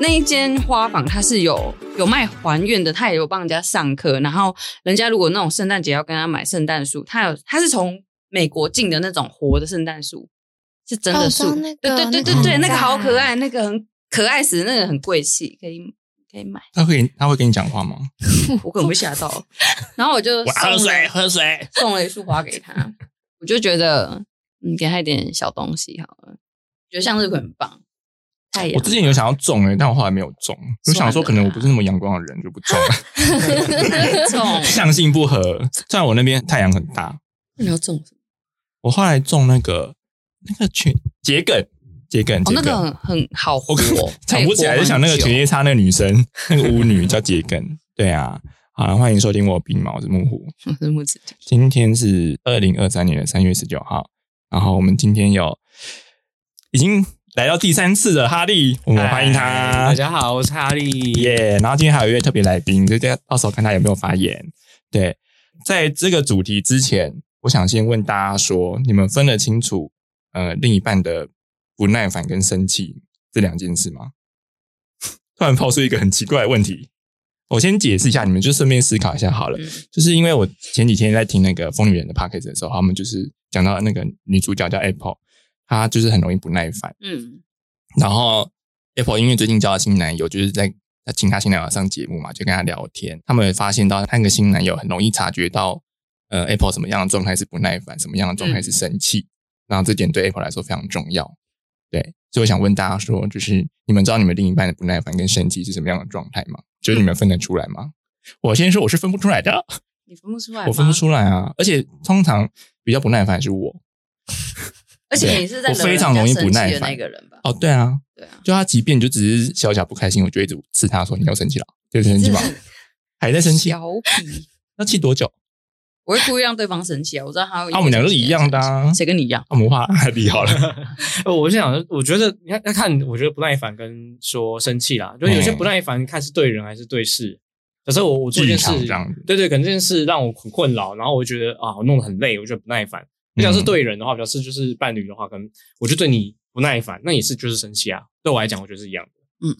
那一间花坊它是有卖还愿的，它也有帮人家上课，然后人家如果那种圣诞节要跟他买圣诞树，它是从美国进的那种活的圣诞树，是真的树， 那个、 对，那个好可爱，那个很可爱死，那个很贵气，可以买。 他会跟你讲话吗？ 我可能会吓到，然后我就喝水， 送了一束花给他，我就觉得给他一点小东西好了，觉得向日葵很棒。太阳， 我之前有想要种但我后来没有种，就想说可能我不是那么阳光的人，就不种了。相性不合，虽然我那边太阳很大。 那你要种什么？ 我后来种那个桔梗。 那个很好活， 想不起来，就想那个犬夜叉那个女生，那个巫女叫桔梗。对啊，好了，欢迎收听我病毛，我是木虎， 我是木子。 今天是2023年的3月19号，然后我们今天已经来到第3次的哈利，我们欢迎他。 大家好，我是哈利耶。然后今天还有一位特别来宾，就到时候看他有没有发言。对，在这个主题之前，我想先问大家说，你们分得清楚另一半的不耐烦跟生气这2件事吗？突然抛出一个很奇怪的问题，我先解释一下，你们就顺便思考一下好了。就是因为我前几天在听那个疯女人的 podcast 的时候，他们就是讲到那个女主角叫 Apple， 她就是很容易不耐烦。然后 Apple 因为最近交了新男友，就是在请她新男友上节目嘛，就跟她聊天，他们也发现到她那个新男友很容易察觉到Apple 什么样的状态是不耐烦，什么样的状态是生气，然后这点对 Apple 来说非常重要。对，所以我想问大家说，就是你们知道你们另一半的不耐烦跟生气是什么样的状态吗？就是你们分得出来吗？我先说我是分不出来的。 你分不出来吗？ 我分不出来啊，而且通常比较不耐烦的是我。 而且你是在我非常容易不耐烦那个人吧？ 哦，对啊，就他即便就只是小小不开心，我就一直刺他说你要生气了，就生气吧，还在生气， 小痞， 要气多久？ 我会故意让对方生气啊！我知道他会。 我们两个是一样的啊。 谁跟你一样？ 我们画哈利好了。 我想，我觉得你要看，我觉得不耐烦跟说生气啦，就有些不耐烦看是对人还是对事。假设我做一件事，对，可能这件事让我很困扰，然后我觉得我弄得很累，我觉得不耐烦。假设是对人的话，表示就是伴侣的话，可能我就对你不耐烦，那也是就是生气啊。对我来讲，我觉得是一样的。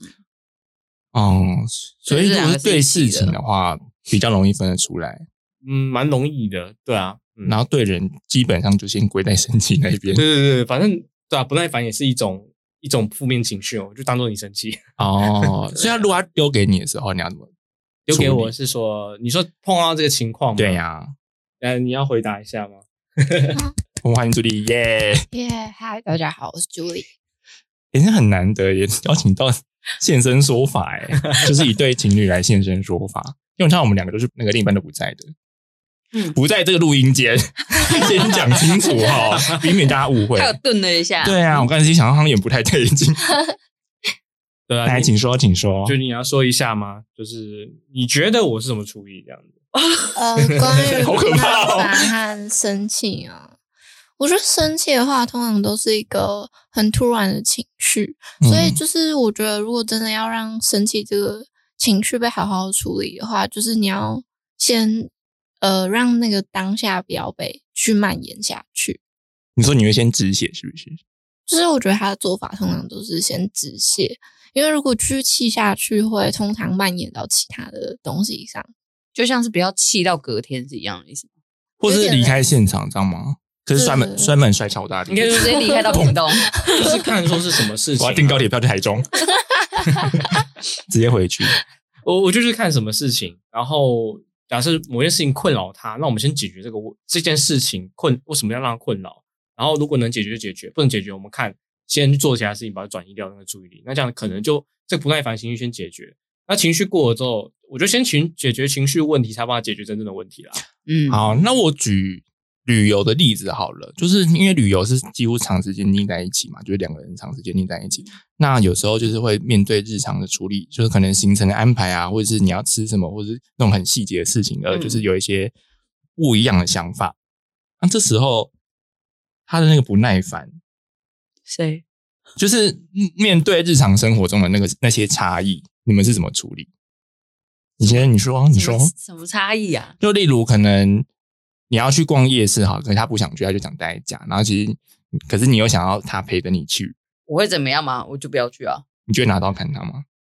所以如果是对事情的话，比较容易分得出来。 蛮容易的，对啊。 然后对人基本上就先归在生气那边。 对，反正对啊，不耐烦也是一种负面情绪就当做你生气。 所以他如果他丢给你的时候，你要怎么丢给我？是说你说碰到这个情况吗？ 对呀。 你要回答一下吗？ 我们欢迎朱莉耶。 嗨，大家好，我是朱莉。 也是很难得，也邀请到现身说法就是一对情侣来现身说法。因为像我们2个都是那个另一半都不在的，不在这个录音间，先讲清楚避免大家误会。 他有顿了一下。 对啊，我刚才想到他们也不太对劲。 对啊， 来，请说。 就你要说一下吗？就是你觉得我是怎么处理这样子？关于好可怕和生气啊，我觉得生气的话，通常都是一个很突然的情绪，所以就是我觉得，如果真的要让生气这个情绪被好好处理的话，就是你要先让那个当下不要被去蔓延下去。 你说你会先止血是不是？ 就是我觉得他的做法通常都是先止血，因为如果去气下去，会通常蔓延到其他的东西上， 就像是不要气到隔天是一样的意思吗？ 或是离开现场，这样吗？可是摔门摔超大力， 应该直接离开到屏东， 就是看说是什么事情。 我要订高铁票去台中。直接回去。 我就是看什么事情，然后假设某件事情困扰他，那我们先解决这件事情为什么要让他困扰，然后如果能解决就解决，不能解决我们看先去做其他事情，把它转移掉那个注意力，那这样可能就这个不耐烦情绪先解决，那情绪过了之后，我觉得先解决情绪问题，才帮他解决真正的问题啦。 好，那我举旅游的例子好了，就是因为旅游是几乎长时间腻在一起嘛，就是2个人长时间腻在一起，那有时候就是会面对日常的处理，就是可能行程的安排啊，或者是你要吃什么，或者是那种很细节的事情，就是有一些不一样的想法。那这时候他的那个不耐烦， 谁？ 就是面对日常生活中的那些差异，你们是怎么处理？你说什么差异啊？ 就例如可能你要去逛夜市好，可是他不想去，他就想待在家，然后可是你又想要他陪着你去， 我会怎么样吗？我就不要去啊。 你就会拿刀砍他吗？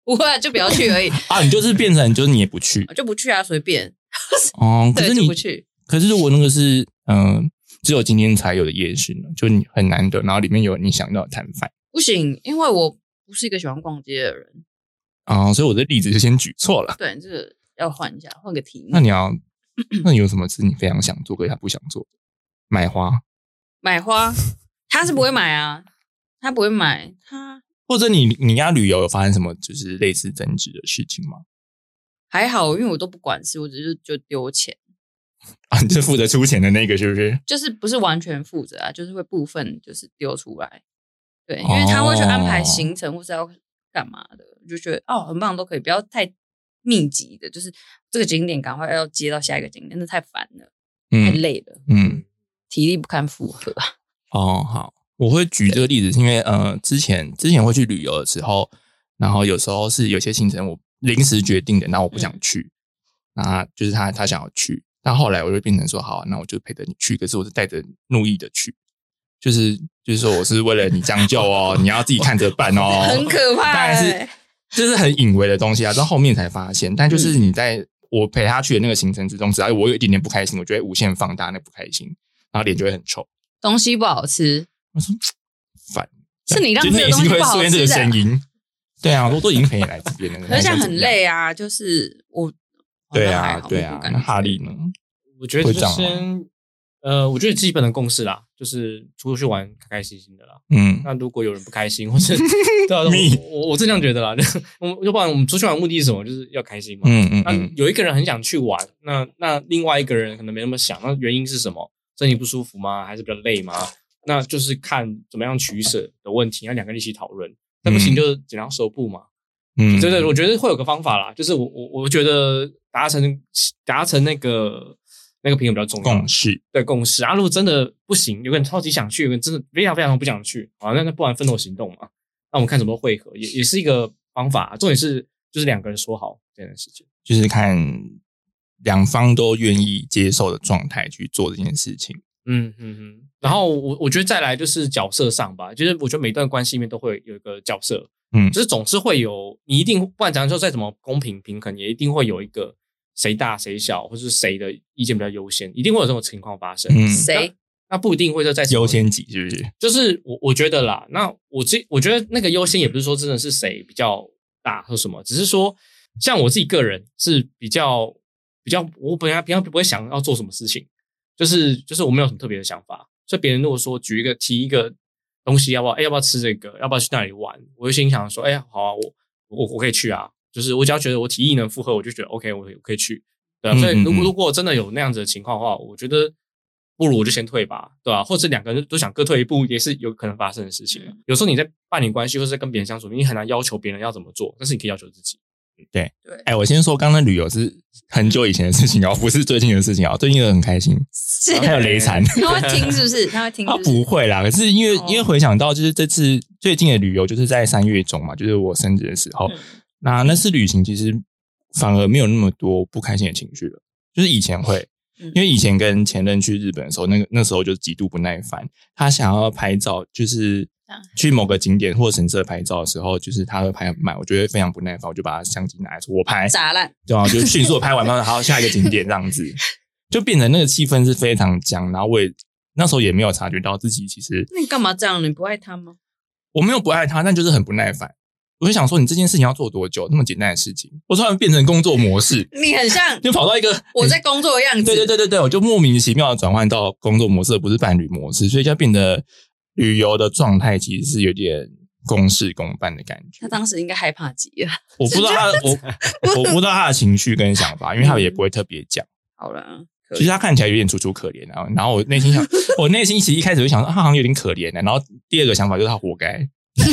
不会就不要去而已啊。你就是变成就是你也不去， 就不去啊，随便。 哦，可是你不去。可是如果那个是只有今天才有的夜市呢，就你很难得，然后里面有你想要的摊贩， 不行，因为我不是一个喜欢逛街的人所以我的例子就先举错了。 对，这个要换一下，换个题目。 那你有什么是你非常想做，可是他不想做？买花， 他是不会买啊，他不会买， 或者你跟他旅游有发生什么就是类似争执的事情吗？ 还好，因为我都不管事，我只是就丢钱啊。你是负责出钱的那个是不是？ 就是不是完全负责啊，就是会部分就是丢出来。对，因为他会去安排行程或是要干嘛的，我就觉得很棒，都可以，不要太密集的，就是这个景点赶快要接到下一个景点，那太烦了，太累了，体力不堪负荷。 好，我会举这个例子是因为之前会去旅游的时候，然后有时候是有些行程我临时决定的，然后我不想去，那就是他想要去，但后来我就变成说好，那我就陪着你去，可是我是带着怒意的去。就是说我是为了你将就哦，你要自己看着办哦， 很可怕。 当然是就是很隐微的东西啊，到后面才发现。但就是你在我陪他去的那个行程之中，只要我有一点点不开心，我就会无限放大那不开心，然后脸就会很臭。 东西不好吃， 我说烦， 是你让这个东西不好吃的。 就内心会出现这个声音。对啊，我都已经陪你来这边了， 可是这样很累啊。就是我， 对啊。那哈利呢？ 我觉得就先。我觉得基本的共识啦，就是出去玩开开心心的啦。那如果有人不开心，或者对啊，我是这样觉得啦。要不然我们出去玩目的是什么？就是要开心嘛。那有一个人很想去玩，那另外一个人可能没那么想，那原因是什么？身体不舒服吗？还是比较累吗？那就是看怎么样取舍的问题，那两个人一起讨论。那不行就尽量收布嘛。对，我觉得会有个方法啦，就是我觉得达成那个平衡比较重要，共识啊！如果真的不行，有个人超级想去，有个人真的非常非常不想去，好，那不然分头行动嘛。那我们看怎么汇合，也是一个方法。重点是就是两个人说好这件事情， 就是看两方都愿意接受的状态去做这件事情。 然后我觉得再来就是角色上吧，就是我觉得每段关系里面都会有一个角色，就是总是会有你一定不管讲说再怎么公平平衡，也一定会有一个。谁大谁小，或是谁的意见比较优先，一定会有这种情况发生。 谁？ 那不一定会在优先级，是不是？ 就是我觉得啦，那我觉得那个优先也不是说真的是谁比较大或什么，只是说像我自己个人是比较，我本来平常不会想要做什么事情，就是我没有什么特别的想法，所以别人如果说提一个东西，要不要吃这个，要不要去那里玩，我就心想说，好啊，我可以去啊。就是我只要觉得我体力能负荷，我就觉得 OK， 我可以去，对啊。所以如果真的有那样子的情况的话，我觉得不如我就先退吧，对吧？或者两个人都想各退一步，也是有可能发生的事情。有时候你在伴侣关系或是跟别人相处，你很难要求别人要怎么做，但是你可以要求自己。 对，我先说，刚刚旅游是很久以前的事情哦，不是最近的事情哦。最近很开心，还有雷惨， 他会听是不是？他不会啦。可是因为回想到，就是这次最近的旅游，就是在3月中嘛，就是我生日的时候。那次旅行其实反而没有那么多不开心的情绪了，就是以前会，因为以前跟前任去日本的时候，那时候就极度不耐烦，他想要拍照，就是去某个景点或神社拍照的时候，就是他会拍很慢，我觉得非常不耐烦，我就把他相机拿来说我拍， 砸烂， 对啊，就迅速拍完，好下一个景点这样子，就变成那个气氛是非常僵，然后我也那时候也没有察觉到自己其实， 那你干嘛这样？你不爱他吗？ 我没有不爱他，但就是很不耐烦。我就想说，你这件事情要做多久？那么简单的事情，我突然变成工作模式， 你很像， 就跑到一个我在工作的样子。 对，我就莫名其妙的转换到工作模式，而不是伴侣模式，所以就变得旅游的状态其实是有点公事公办的感觉。 他当时应该害怕极了， 我不知道我不知道他的情绪跟想法，因为他也不会特别讲。 好了。 其实他看起来有点楚楚可怜啊，然后我内心想，我内心其实一开始就想说，他好像有点可怜然后第二个想法就是他活该。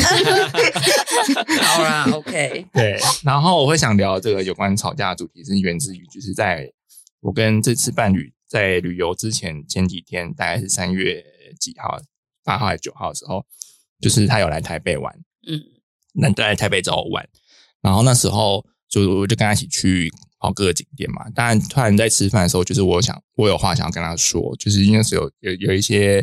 好啦 OK 对，然后我会想聊这个有关吵架的主题是源自于就是在我跟这次伴侣在旅游之前几天，大概是3月几号8号还是9号的时候，就是他有来台北玩，那来台北找我玩，然后那时候我就跟他一起去跑各个景点嘛，当然突然在吃饭的时候，就是我有话想要跟他说，就是因为是有一些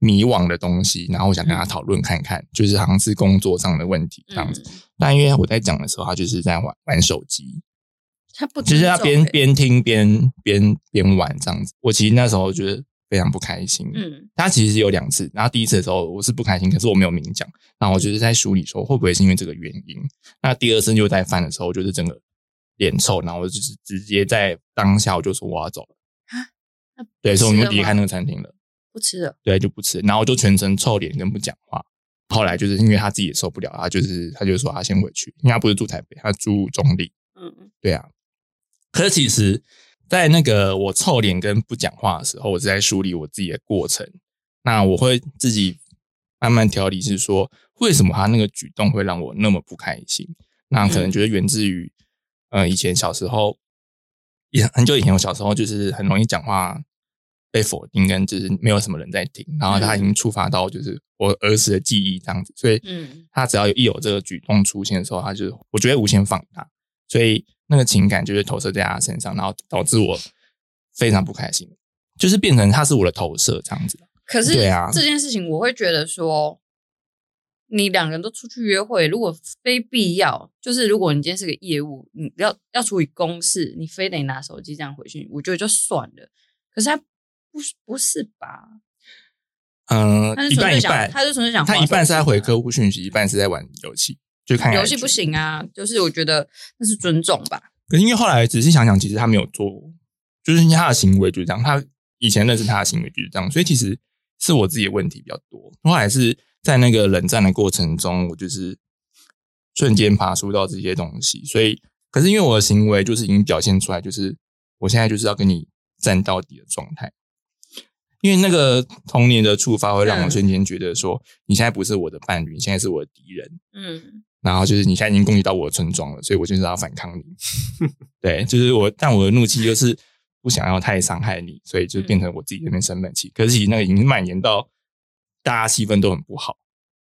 迷惘的东西，然后我想跟他讨论看看，就是好像是工作上的问题这样子。但因为我在讲的时候，他就是在玩手机， 他不就是他边听边玩这样子。我其实那时候觉得非常不开心。他其实有2次，然后第一次的时候我是不开心，可是我没有明讲。然后我就是在梳理说会不会是因为这个原因。那第2次又在犯的时候，就是整个脸臭，然后我就是直接在当下我就说我要走了。对，所以我们就离开那个餐厅了。 不吃了，对， 就不吃，然后就全程臭脸跟不讲话。后来就是因为他自己也受不了，他就说他先回去，因为他不是住台北，他住中立。对啊。可是其实，在那个我臭脸跟不讲话的时候，我是在梳理我自己的过程。那我会自己慢慢调理，是说为什么他那个举动会让我那么不开心？那可能就是源自于以前小时候，很久以前我小时候就是很容易讲话被否定，跟就是没有什么人在听，然后他已经触发到就是我儿时的记忆这样子，所以他只要一有这个举动出现的时候，他就我觉得无限放大，所以那个情感就是投射在他身上，然后导致我非常不开心，就是变成他是我的投射这样子。 可是对啊， 这件事情我会觉得说，你2个人都出去约会，如果非必要，就是如果你今天是个业务，你要处理公事，你非得拿手机这样回去，我觉得就算了。可是他不是吧？ 一半一半， 他就纯粹想， 他一半是在回客户讯息，一半是在玩游戏，就看游戏不行啊。就是我觉得那是尊重吧。 可是因为后来仔细想想，其实他没有做，就是因为他的行为就是这样，他以前认识他的行为就是这样，所以其实是我自己的问题比较多。后来是在那个冷战的过程中，我就是瞬间爬出到这些东西，所以可是因为我的行为就是已经表现出来，就是我现在就是要跟你战到底的状态。因为那个童年的触发会让我瞬间觉得说，你现在不是我的伴侣，你现在是我的敌人。然后就是你现在已经攻击到我的村庄了，所以我就是要反抗你。对，就是但我的怒气就是不想要太伤害你，所以就变成我自己这边生闷气。可是其实那个已经蔓延到大家气氛都很不好。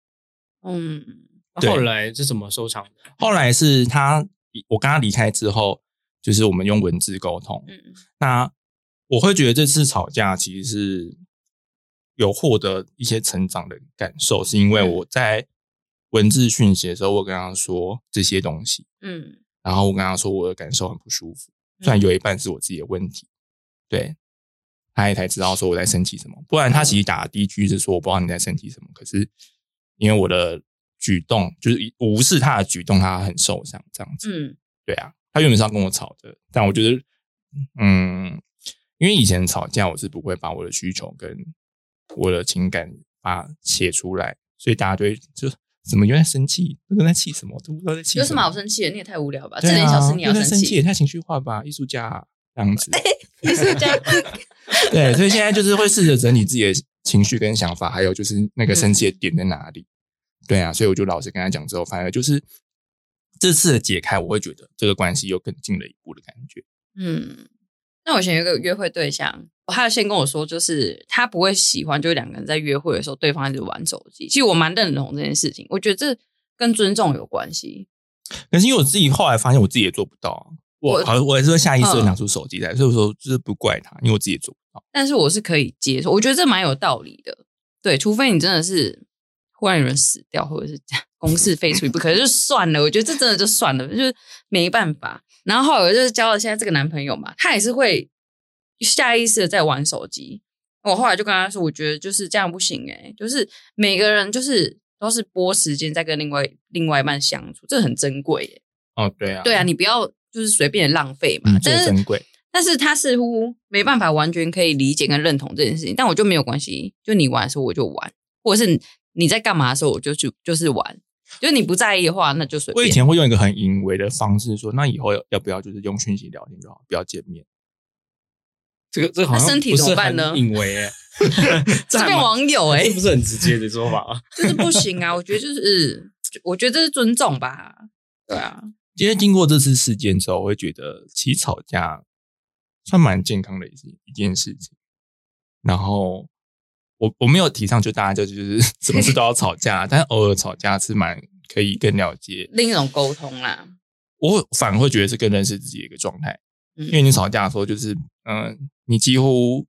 后来是怎么收场的？ 后来是我跟他离开之后，就是我们用文字沟通。那我会觉得这次吵架其实是有获得一些成长的感受，是因为我在文字讯息的时候，我跟他说这些东西，然后我跟他说我的感受很不舒服，虽然有一半是我自己的问题，对，他也才知道说我在生气什么，不然他其实打的第一句是说我不知道你在生气什么，可是因为我的举动就是无视他的举动，他很受伤这样子，对啊，他原本是要跟我吵的，但我觉得因为以前吵架我是不会把我的需求跟我的情感写出来，所以大家就怎么又在生气，都在气什么，都不知道在气什么。 有什么好生气的？你也太无聊吧！这点小事你要生气，也太情绪化吧，艺术家这样子。 艺术家。 对，所以现在就是会试着整理自己的情绪跟想法，还有就是那个生气的点在哪里。对啊，所以我就老实跟他讲之后，反而就是这次的解开，我会觉得这个关系又更进了一步的感觉。 那我以前有一个约会对象，他先跟我说，就是他不会喜欢，就是2个人在约会的时候，对方一直玩手机。其实我蛮认同这件事情，我觉得这跟尊重有关系。 可是因为我自己后来发现，我自己也做不到我也是会下意识的拿出手机来，所以我说就是不怪他，因为我自己也做不到。 但是我是可以接受，我觉得这蛮有道理的。对，除非你真的是忽然有人死掉，或者是公事非处理不可，就算了。我觉得这真的就算了，就是没办法。然后后来我就是交了现在这个男朋友嘛，他也是会下意识的在玩手机。我后来就跟他说，我觉得就是这样不行就是每个人就是都是拨时间在跟另外一半相处，这很珍贵对啊， 对啊，你不要就是随便浪费嘛。 这珍贵。 但是他似乎没办法完全可以理解跟认同这件事情，但我就没有关系，就你玩的时候我就玩，或者是你在干嘛的时候我就是玩。就是你不在意的话，那就随便。 我以前会用一个很隐微的方式说，那以后要不要就是用讯息聊天就好，不要见面。 这个好像身体怎么办呢？ 隐微这边网友这不是很直接的说法啊？ 就是不行啊！我觉得我觉得这是尊重吧。对啊， 其实经过这次事件之后，我会觉得其实吵架算蛮健康的一件事情。然后我没有提倡就大家就是什么事都要吵架，但是偶尔吵架是蛮可以更了解另一种沟通啦。 我反而会觉得是更认识自己的一个状态，因为你吵架的时候就是你几乎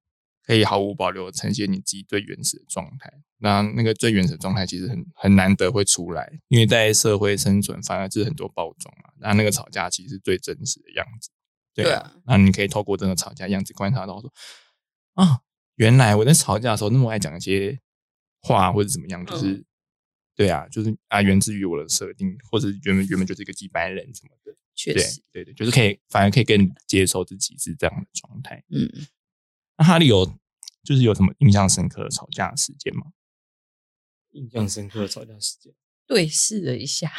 可以毫无保留的呈现你自己最原始的状态。那个最原始的状态其实很难得会出来，因为在社会生存反而是很多包装嘛。那个吵架其实是最真实的样子，对啊。那你可以透过这个吵架样子观察到说，啊，原来我在吵架的时候那么爱讲一些话或者怎么样，就是对啊，就是源自于我的设定，或者原本就是一个几百人什么的。 确实， 对，就是反而可以更接受自己是这样的状态。那哈利有什么印象深刻的吵架事件吗？ 印象深刻的吵架事件， 对视了一下，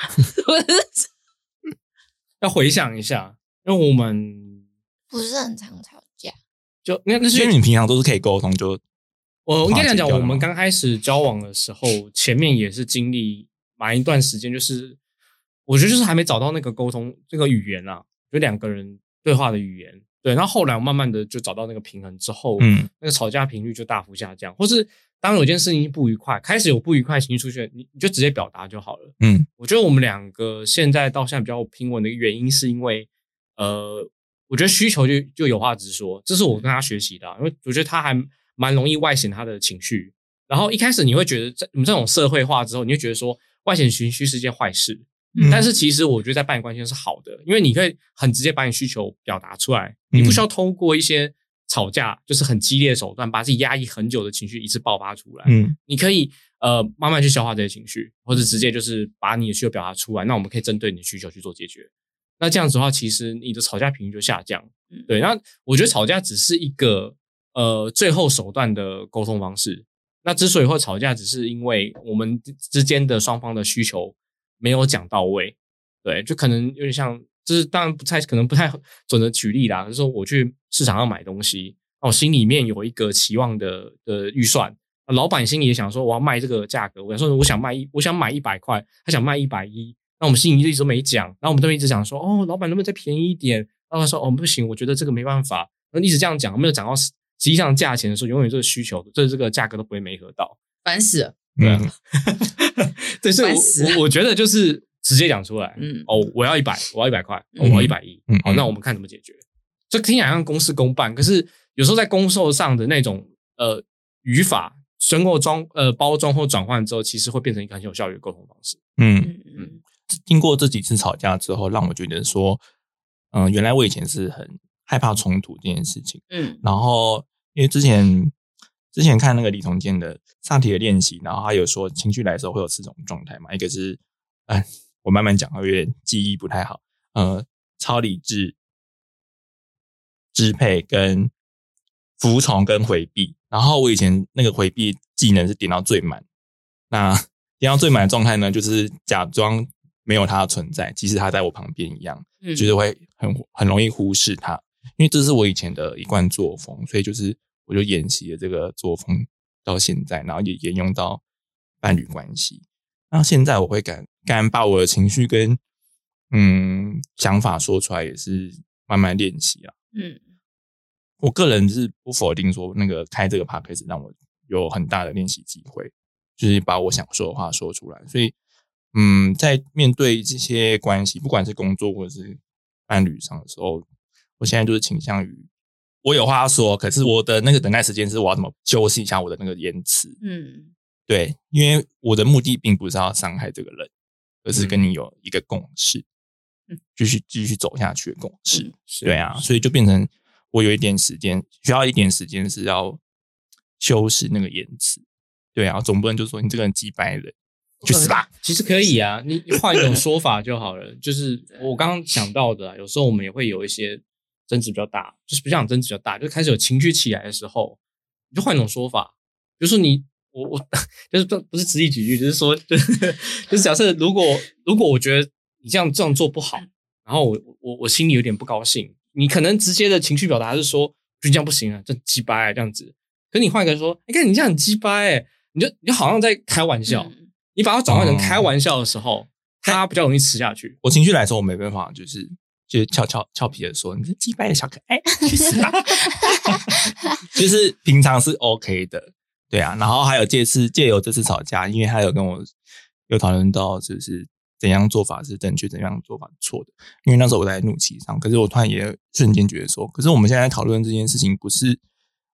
要回想一下，因为我们不是很常吵架， 就那是因为你平常都是可以沟通，就我应该讲，我们刚开始交往的时候，前面也是经历蛮一段时间，就是我觉得就是还没找到那个沟通这个语言啊，就两个人对话的语言。对，然后后来我慢慢的就找到那个平衡之后，那个吵架频率就大幅下降，或是当有件事情不愉快，开始有不愉快情绪出现，你就直接表达就好了。我觉得我们两个现在到现在比较平稳的原因，是因为我觉得需求就有话直说，这是我跟他学习的因为我觉得他还蛮容易外显他的情绪。然后一开始你会觉得，你们这种社会化之后，你会觉得说外显情绪是件坏事。但是其实我觉得在伴侣关系是好的，因为你可以很直接把你需求表达出来，你不需要通过一些吵架就是很激烈的手段把自己压抑很久的情绪一次爆发出来。你可以慢慢去消化这些情绪，或者直接就是把你的需求表达出来，那我们可以针对你的需求去做解决。那这样子的话，其实你的吵架频率就下降。对，那我觉得吵架只是一个最后手段的沟通方式。那之所以会吵架，只是因为我们之间的双方的需求没有讲到位。对，就可能有点像，就是当然可能不太准的举例啦，就是说我去市场上买东西，我心里面有一个期望的预算，老板心里也想说我要卖这个价格，我想买100块，他想卖110，那我们心里一直都没讲，然后我们都一直讲说老板能不能再便宜一点，然后他说不行，我觉得这个没办法，然后一直这样讲，没有讲到实际上价钱的时候，永远这个需求这个价格都不会没合到， 烦死了。 对，所以我觉得就是直接讲出来，我要100，我要100块，我要110，好，那我们看怎么解决。这听起来像公事公办，可是有时候在公售上的那种语法经过包装或转换之后，其实会变成一个很有效率的沟通方式。 经过这几次吵架之后，让我觉得说，原来我以前是很害怕冲突这件事情。然后因为之前看那个李崇建的萨提的练习，然后他有说情绪来的时候会有4种状态嘛，一个是我慢慢讲，有点记忆不太好，超理智、支配跟服从跟回避。然后我以前那个回避技能是点到最满，那点到最满的状态呢，就是假装没有他的存在，其实他在我旁边一样，就是会很容易忽视他，因为这是我以前的一贯作风，所以就是我就沿袭了这个作风到现在，然后也沿用到伴侣关系。那现在我会敢把我的情绪跟想法说出来，也是慢慢练习啦。我个人是不否定说那个开这个 podcast 让我有很大的练习机会，就是把我想说的话说出来。所以在面对这些关系，不管是工作或者是伴侣上的时候，我现在就是倾向于我有话要说，可是我的那个等待时间是我要怎么修饰一下我的那个言辞。对，因为我的目的并不是要伤害这个人，而是跟你有一个共识，继续走下去的共识。对啊，所以就变成我有一点时间，需要一点时间是要修饰那个言辞。对啊，总不能就说你这个人鸡掰人去死吧。 其实可以啊，你换一种说法就好了。就是我刚刚讲到的有时候我们也会有一些争执比较大，就是不像争执比较大，就开始有情绪起来的时候，你就换一种说法，比如说我就是不是直译举例，就是说就是假设如果我觉得你这样做不好，然后我心里有点不高兴，你可能直接的情绪表达是说，就这样不行啊，这鸡掰这样子。可是你换一个说，你看你这样很鸡掰你就好像在开玩笑，你把它转换成开玩笑的时候，他比较容易吃下去。 我情绪来的时候，我没办法，就是俏皮的说，你是鸡掰的小可爱，去死吧。就是平常是 OK 的。对啊，然后还有借由这次吵架，因为他有跟我有讨论到就是怎样做法是正确，怎样做法是错的。因为那时候我在怒气上，可是我突然也瞬间觉得说，可是我们现在讨论这件事情，不是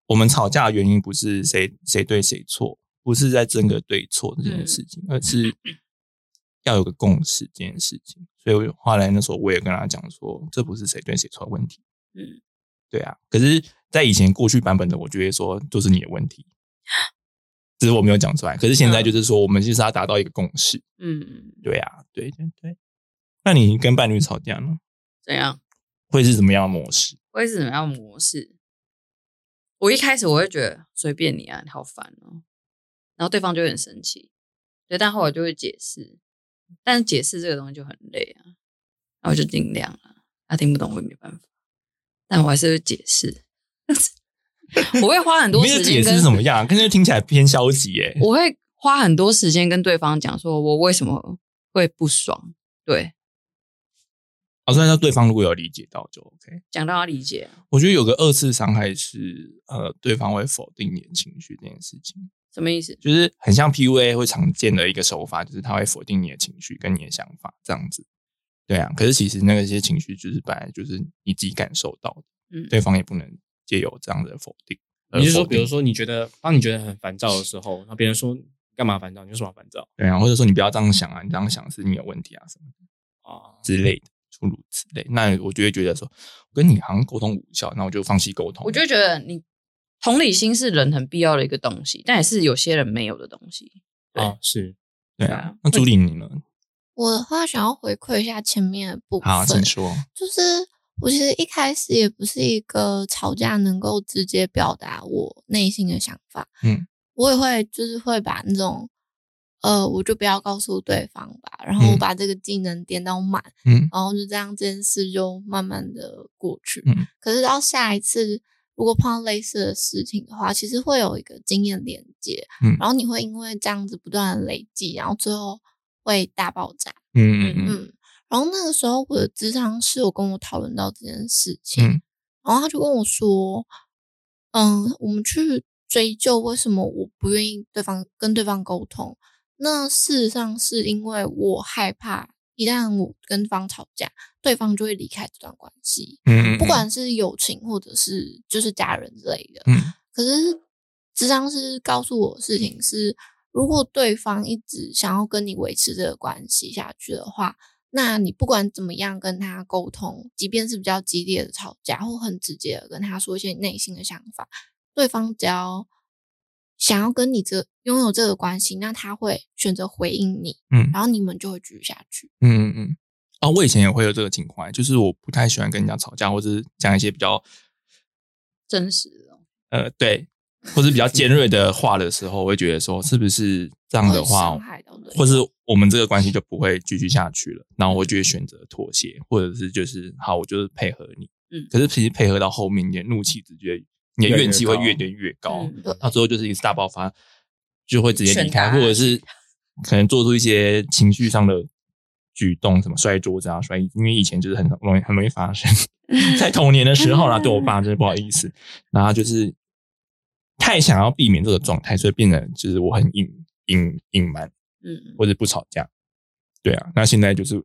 我们吵架的原因不是谁对谁错，不是在争个对错这件事情，而是要有个共识这件事情。所以后来那时候我也跟他讲说，这不是谁对谁错的问题。对啊。可是，在以前过去版本的，我就会说都是你的问题，只是我没有讲出来。可是现在就是说，我们就是要达到一个共识。对啊，对。那你跟伴侣吵架呢？ 怎样？ 会是怎么样的模式？ 会是怎么样的模式？我一开始我会觉得随便你啊，你好烦哦，然后对方就会很生气。对，但后来就会解释，但是解释这个东西就很累啊，然后就尽量了。他听不懂我也没办法，但我还是会解释。我会花很多时间。 你的解释是怎么样？可是听起来偏消极耶。 我会花很多时间跟对方讲说我为什么会不爽。对。 所以那对方如果有理解到就 OK， 讲到他理解。 我觉得有个二次伤害是对方会否定你的情绪这件事情。 什么意思？ 就是很像 PUA 会常见的一个手法，就是他会否定你的情绪跟你的想法这样子。对啊，可是其实那些情绪就是本来就是你自己感受到的，对方也不能借由这样的否定。 你是说，比如说当你觉得很烦躁的时候，那别人说你干嘛烦躁？你有什么烦躁？ 对啊，或者说你不要这样想啊，你这样想是你有问题啊什么的之类的。诸如此类，那我就会觉得说，我跟你好像沟通无效，那我就放弃沟通。 我就觉得你同理心是人很必要的一个东西，但也是有些人没有的东西。 是， 对啊。那朱莉你呢？ 我的话想要回馈一下前面的部分。 好，请说。 就是我其实一开始也不是一个吵架能够直接表达我内心的想法。我也会就是会把那种。我就不要告诉对方吧，然后我把这个技能点到满，然后就这样这件事就慢慢的过去。可是到下一次如果碰到类似的事情的话，其实会有一个经验连接，然后你会因为这样子不断的累积，然后最后会大爆炸。然后那个时候我的咨商师有跟我讨论到这件事情，然后他就跟我说，我们去追究为什么我不愿意跟对方沟通。那事实上是因为我害怕一旦我跟对方吵架，对方就会离开这段关系。不管是友情或者是就是家人之类的。可是咨商师告诉我的事情是，如果对方一直想要跟你维持这个关系下去的话，那你不管怎么样跟他沟通，即便是比较激烈的吵架或很直接的跟他说一些内心的想法，对方只要想要跟你拥有这个关系，那他会选择回应你，然后你们就会继续下去。 我以前也会有这个情况，就是我不太喜欢跟人家吵架，或者是讲一些比较真实的， 对，或者比较尖锐的话的时候，我会觉得说，是不是这样的话，或是我们这个关系就不会继续下去了？然后我就会选择妥协，或者是就是好，我就是配合你。可是其实配合到后面，你的怒气直接。你的怨气会越堆越高，到最后就是一次大爆发，就会直接离开，或者是可能做出一些情绪上的举动，什么摔桌子啊、摔椅子，因为以前就是很容易发生，在童年的时候啦，对我爸真的不好意思，然后就是太想要避免这个状态，所以变得就是我很隐瞒，或者不吵架，对啊，那现在就是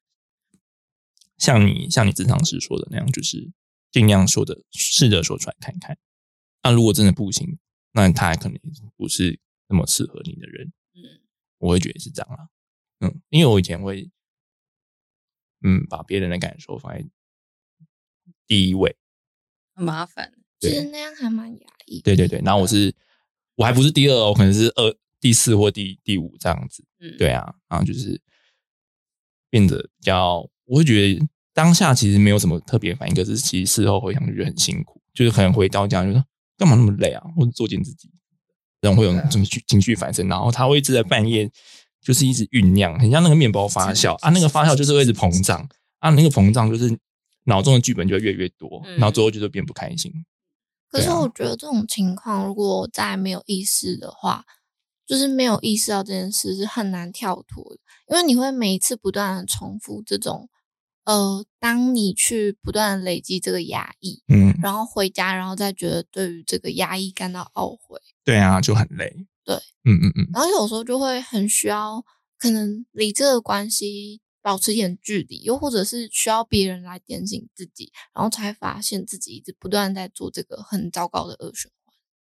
像你咨商师说的那样，就是尽量试着说出来看看。那如果真的不行，那他还可能不是那么适合你的人。我会觉得是这样啦。因为我以前会把别人的感受放在第一位， 很麻烦。 其实那样还蛮压抑。 对。然后我还不是第二，我可能是第四或第五这样子。对啊，然后就是变得比较，我会觉得当下其实没有什么特别反应，可是其实事后回想就觉得很辛苦，就是可能回到家就说干嘛那么累啊，或者作践自己，然后会有情绪反生，然后他会一直在半夜就是一直酝酿，很像那个面包发酵啊，那个发酵就是会一直膨胀啊，那个膨胀就是脑中的剧本就会越来越多，然后最后就变不开心。 可是我觉得这种情况如果在没有意识的话，就是没有意识到这件事是很难跳脱的，因为你会每一次不断的重复这种当你去不断的累积这个压抑，然后回家，然后再觉得对于这个压抑感到懊悔， 对啊，就很累。 对，然后有时候就会很需要，可能离这个关系保持一点距离，又或者是需要别人来点醒自己，然后才发现自己一直不断在做这个很糟糕的恶循环。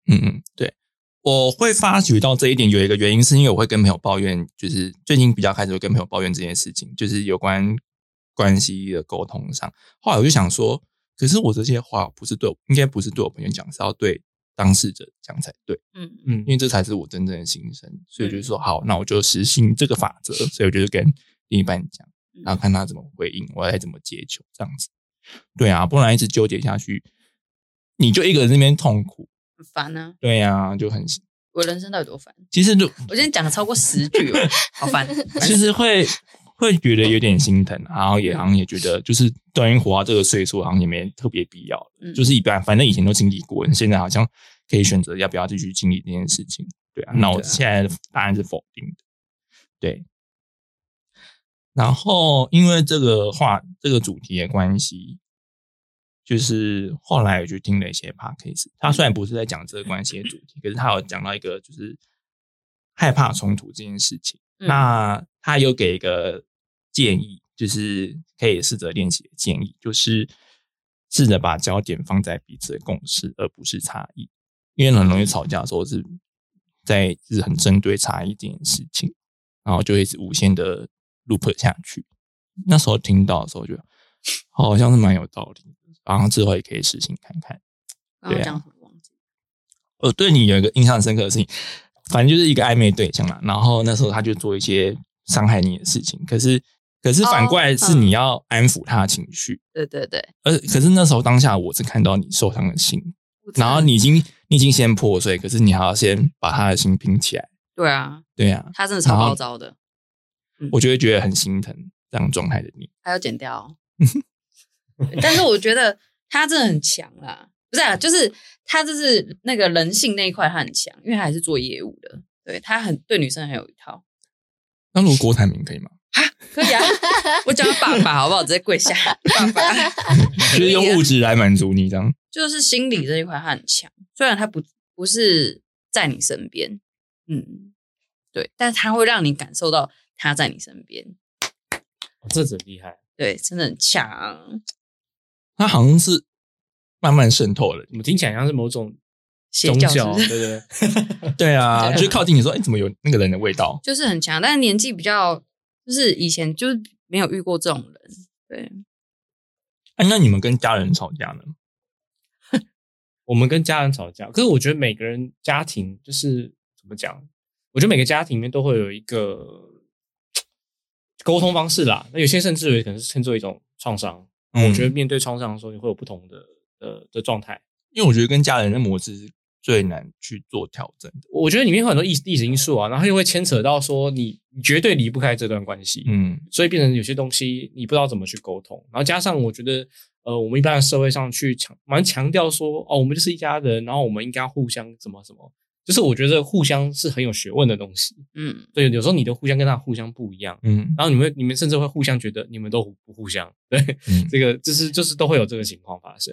对，我会发觉到这一点有一个原因，是因为我会跟朋友抱怨，就是最近比较开始会跟朋友抱怨这件事情，就是有关关系的沟通上。后来我就想说，可是我这些话应该不是对我朋友讲，是要对当事者讲才对。因为这才是我真正的心声，所以我就说好，那我就实行这个法则。所以我就跟另一半讲，然后看他怎么回应，我再怎么接球，这样子。对啊，不然一直纠结下去，你就一个人在那边痛苦， 很烦啊。 对啊，就很。 我人生到底多烦？ 其实我今天讲了超过10句了，好烦。 其实会觉得有点心疼，然后好像也觉得，就是都已经活到这个岁数，好像也没特别必要了。就是反正以前都经历过，现在好像可以选择要不要继续经历这件事情。对啊，那我现在的答案是否定的。对。然后因为这个主题的关系，就是后来我就听了一些 podcast， 他虽然不是在讲这个关系的主题，可是他有讲到一个就是害怕冲突这件事情。那他有给一个建议，就是可以试着练习的建议，就是试着把焦点放在彼此的共识，而不是差异。因为很容易吵架的时候是很针对差异这件事情，然后就会一直无限的 loop 下去。那时候听到的时候就好像是蛮有道理的，然后之后也可以实行看看。 对啊， 我对你有一个印象深刻的事情，反正就是一个暧昧对象啦，然后那时候他就做一些伤害你的事情，可是反过来是你要安抚他的情绪。 对。 可是那时候当下我是看到你受伤的心，然后你已经先破碎，可是你还要先把他的心拼起来。 对啊，他真的超暴躁的。 我就会觉得很心疼这样状态的你。 还要剪掉。但是我觉得他真的很强啦，不是就是他就是那个人性那一块他很强，因为他还是做业务的，对，他对女生很有一套。 那如果郭台铭可以吗？ 可以啊，我讲爸爸好不好？直接跪下，爸爸。 就是用物质来满足你这样。 就是心理这一块他很强，虽然他不是在你身边，对，但是他会让你感受到他在你身边。 这真厉害。 对，真的很强。 他好像是慢慢渗透了， 我们听起来像是某种宗教，对对啊，就是靠近你说，怎么有那个人的味道？ 就是很强，但是年纪比较，就是以前就是没有遇过这种人。对。 那你们跟家人吵架呢？ 我们跟家人吵架，可是我觉得每个人家庭就是怎么讲？我觉得每个家庭里面都会有一个沟通方式啦。那有些甚至于可能是称作一种创伤。我觉得面对创伤的时候，你会有不同的状态。 因为我觉得跟家人的模式是最难去做调整的。 我觉得里面有很多历史因素啊，然后又会牵扯到说你绝对离不开这段关系。所以变成有些东西你不知道怎么去沟通。然后加上我觉得我们一般的社会上去蛮强调说我们就是一家人，然后我们应该互相什么什么。就是我觉得互相是很有学问的东西。对，有时候你的互相跟他互相不一样。然后你们甚至会互相觉得你们都不互相。对，这个就是都会有这个情况发生。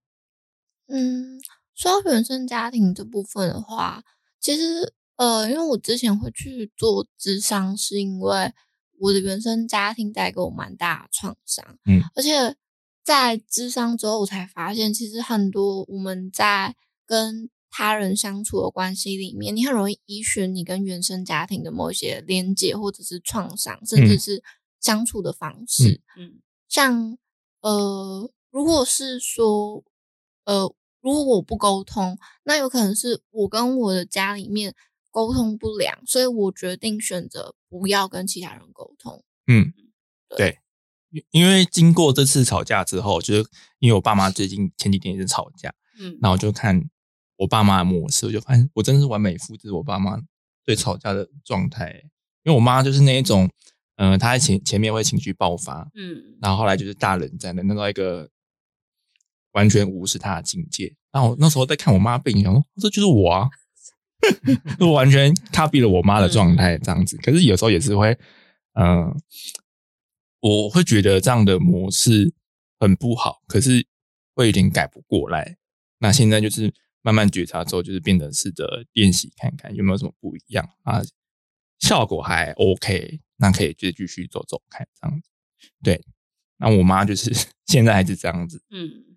说到原生家庭这部分的话，其实因为我之前会去做諮商，是因为我的原生家庭带给我蛮大的创伤。而且在諮商之后，我才发现，其实很多我们在跟他人相处的关系里面，你很容易依循你跟原生家庭的某一些连结或者是创伤，甚至是相处的方式。像如果是说如果我不沟通，那有可能是我跟我的家里面沟通不良，所以我决定选择不要跟其他人沟通。 对，因为经过这次吵架之后，就是因为我爸妈前几天也是吵架，然后我就看我爸妈的模式，我就发现我真的是完美复制我爸妈对吵架的状态。因为我妈就是那一种她在前面会情绪爆发，然后后来就是大冷战的，那到一个完全无视她的境界。然后我那时候在看我妈背影，想说这就是我啊，就完全 copy 了我妈的状态这样子。可是有时候也是会我会觉得这样的模式很不好，可是会有点改不过来。那现在就是慢慢觉察之后，就是变得试着练习看看有没有什么不一样啊，效果还 OK， 那可以就继续走走看这样子。对，那我妈就是现在还是这样子。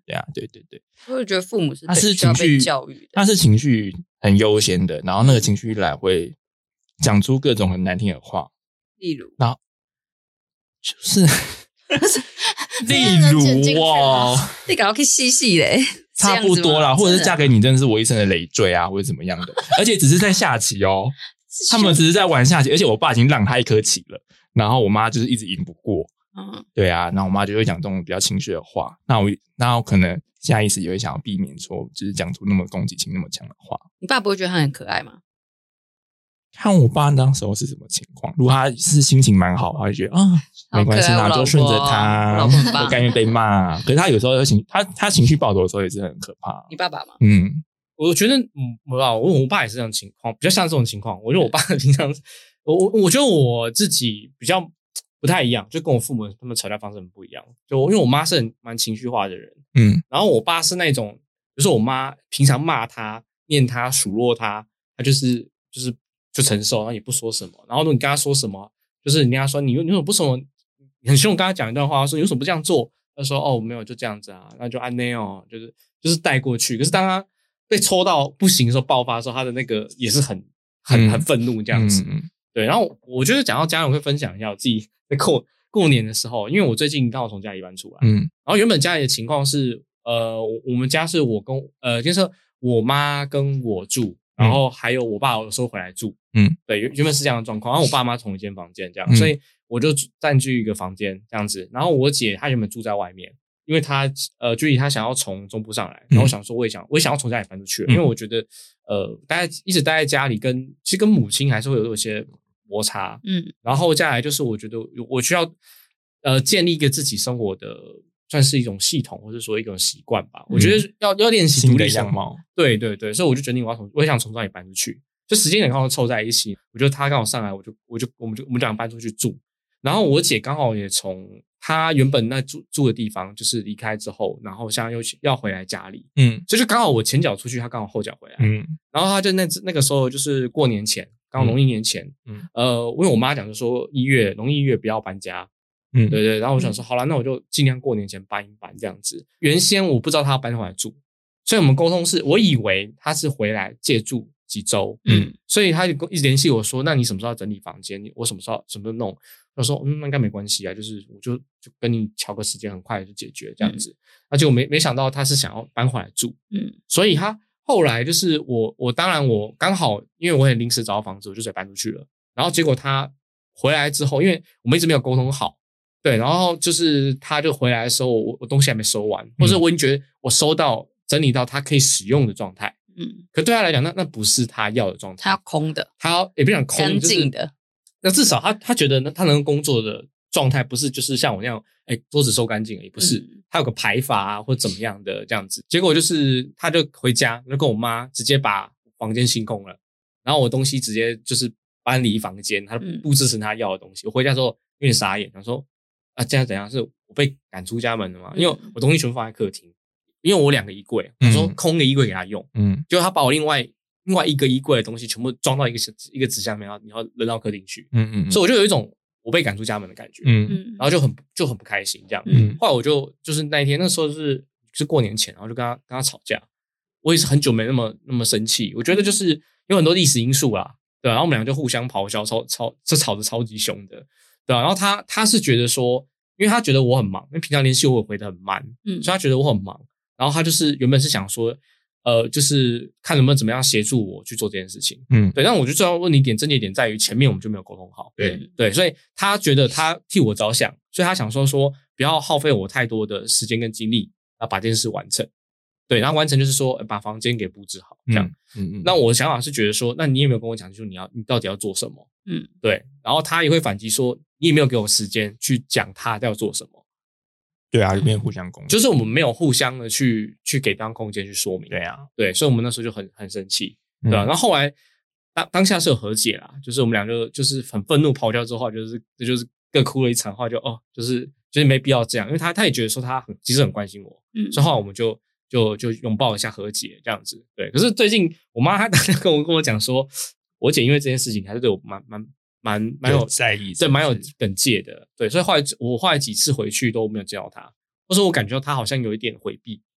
对啊，对对对， 我会觉得父母是他是需要被情绪教育的， 他是情绪很优先的，然后那个情绪一来会讲出各种很难听的话， 例如然后就是例如哦， 你搞到可以细细嘞， 差不多啦，或者是嫁给你你真的是我一生的累赘啊，或者怎么样的，而且只是在下棋哦，他们只是在玩下棋，而且我爸已经让他一颗棋了，然后我妈就是一直赢不过，对啊，然后我妈就会讲这种比较情绪的话，那我可能下意识也会想要避免说，就是讲出那么攻击性那么强的话。 你爸不会觉得他很可爱吗？ 看我爸那时候是什么情况，如果他是心情蛮好，他就觉得没关系啦，就顺着他，我甘愿被骂。可是他有时候他情绪暴走的时候也是很可怕。 你爸爸吗？ 我觉得我爸也是这种情况，比较像这种情况。我觉得我爸平常，我觉得我自己比较不太一样，就跟我父母他们吵架方式很不一样。就因为我妈是蛮情绪化的人，然后我爸是那种，就是我妈平常骂他、念他、数落他，他就承受，然后也不说什么。然后如果你跟他说什么，就是你跟他说你为什么不什么，你很凶，跟他讲一段话，说你为什么不这样做？他说没有，就这样子啊，那就按那哦，就是带过去。可是当他被抽到不行的时候，爆发的时候，他的那个也是很愤怒这样子。对，然后我觉得讲到家人，我会分享一下我自己在过年的时候，因为我最近刚好从家里搬出来，然后原本家里的情况是，我们家是我跟就是我妈跟我住。然后还有我爸有时候回来住，对，原本是这样的状况。然后我爸妈同一间房间这样，所以我就占据一个房间这样子。然后我姐她原本住在外面，因为她距离她想要从中部上来，然后我想说我也想要从家里搬出去了，因为我觉得一直待在家里其实跟母亲还是会有一些摩擦，然后再来就是我觉得我需要建立一个自己生活的。算是一种系统，或者说一种习惯吧。我觉得要练习独立样貌。对对对，所以我就决定我也想从这里搬出去，就时间点刚好凑在一起。我觉得他刚好上来，我们就两个搬出去住。然后我姐刚好也从她原本那住的地方就是离开之后，然后现在又要回来家里，所以就刚好我前脚出去，她刚好后脚回来，然后她就那个时候就是过年前，刚好农历年前，因为我妈讲就说农历1月不要搬家。对对，然后我想说，好了，那我就尽量过年前搬一搬这样子。原先我不知道他要搬回来住，所以我们沟通是，我以为他是回来借住几周，所以他就一直联系我说，那你什么时候要整理房间？我什么时候弄？我说，那应该没关系啊，就是我就跟你敲个时间，很快就解决这样子。而且我没想到他是想要搬回来住，所以他后来就是我当然我刚好因为我很临时找到房子，我就直接搬出去了。然后结果他回来之后，因为我们一直没有沟通好。对，然后就是他就回来的时候，我东西还没收完，或者我已经觉得我收到整理到他可以使用的状态，可对他来讲，那不是他要的状态， 他要空的， 他也不想空， 干净的。 那至少他觉得呢，他能工作的状态不是就是像我那样，桌子收干净而已，不是，他有个排法啊或怎么样的这样子。结果就是他就回家，就跟我妈直接把房间清空了，然后我东西直接就是搬离房间，他布置成他要的东西。我回家之后有点傻眼，他说。这样怎样？是我被赶出家门了吗？因为我东西全部放在客厅，因为我2个衣柜，我说空个衣柜给他用，结果他把我另外一个衣柜的东西全部装到一个纸箱里面，然后扔到客厅去，所以我就有一种我被赶出家门的感觉，然后就很不开心这样。后来我就是那一天那时候是过年前，然后就跟他吵架，我也是很久没那么生气，我觉得就是有很多历史因素啦，对吧？然后我们俩就互相咆哮，吵得超级凶的。对啊，然后他是觉得说，因为他觉得我很忙，因为平常联系我回得很慢，所以他觉得我很忙。然后他就是原本是想说，就是看能不能怎么样协助我去做这件事情。对。但我觉得最重要问题点症结点在于前面我们就没有沟通好。对，所以他觉得他替我着想，所以他想说不要耗费我太多的时间跟精力，要把这件事完成。对，然后完成就是说把房间给布置好这样。那我的想法是觉得说，那你也没有跟我讲清楚你到底要做什么。对，然后他也会反击说，你也没有给我时间去讲他要做什么。对啊，没有互相攻击， 就是我们没有互相的去给对方空间去说明。 对啊， 对，所以我们那时候就很生气，对吧？然后后来当下是有和解啦，就是我们俩就是很愤怒咆哮之后，这就是各哭了一场，话就是没必要这样，因为他也觉得说他其实很关心我，所以后来我们就拥抱一下和解这样子。对，可是最近我妈她跟我讲说，我姐因为这件事情还是对我蛮有在意， 对，蛮有耿介的。对，所以我后来几次回去都没有见到她，或者我感觉到她好像有一点回避，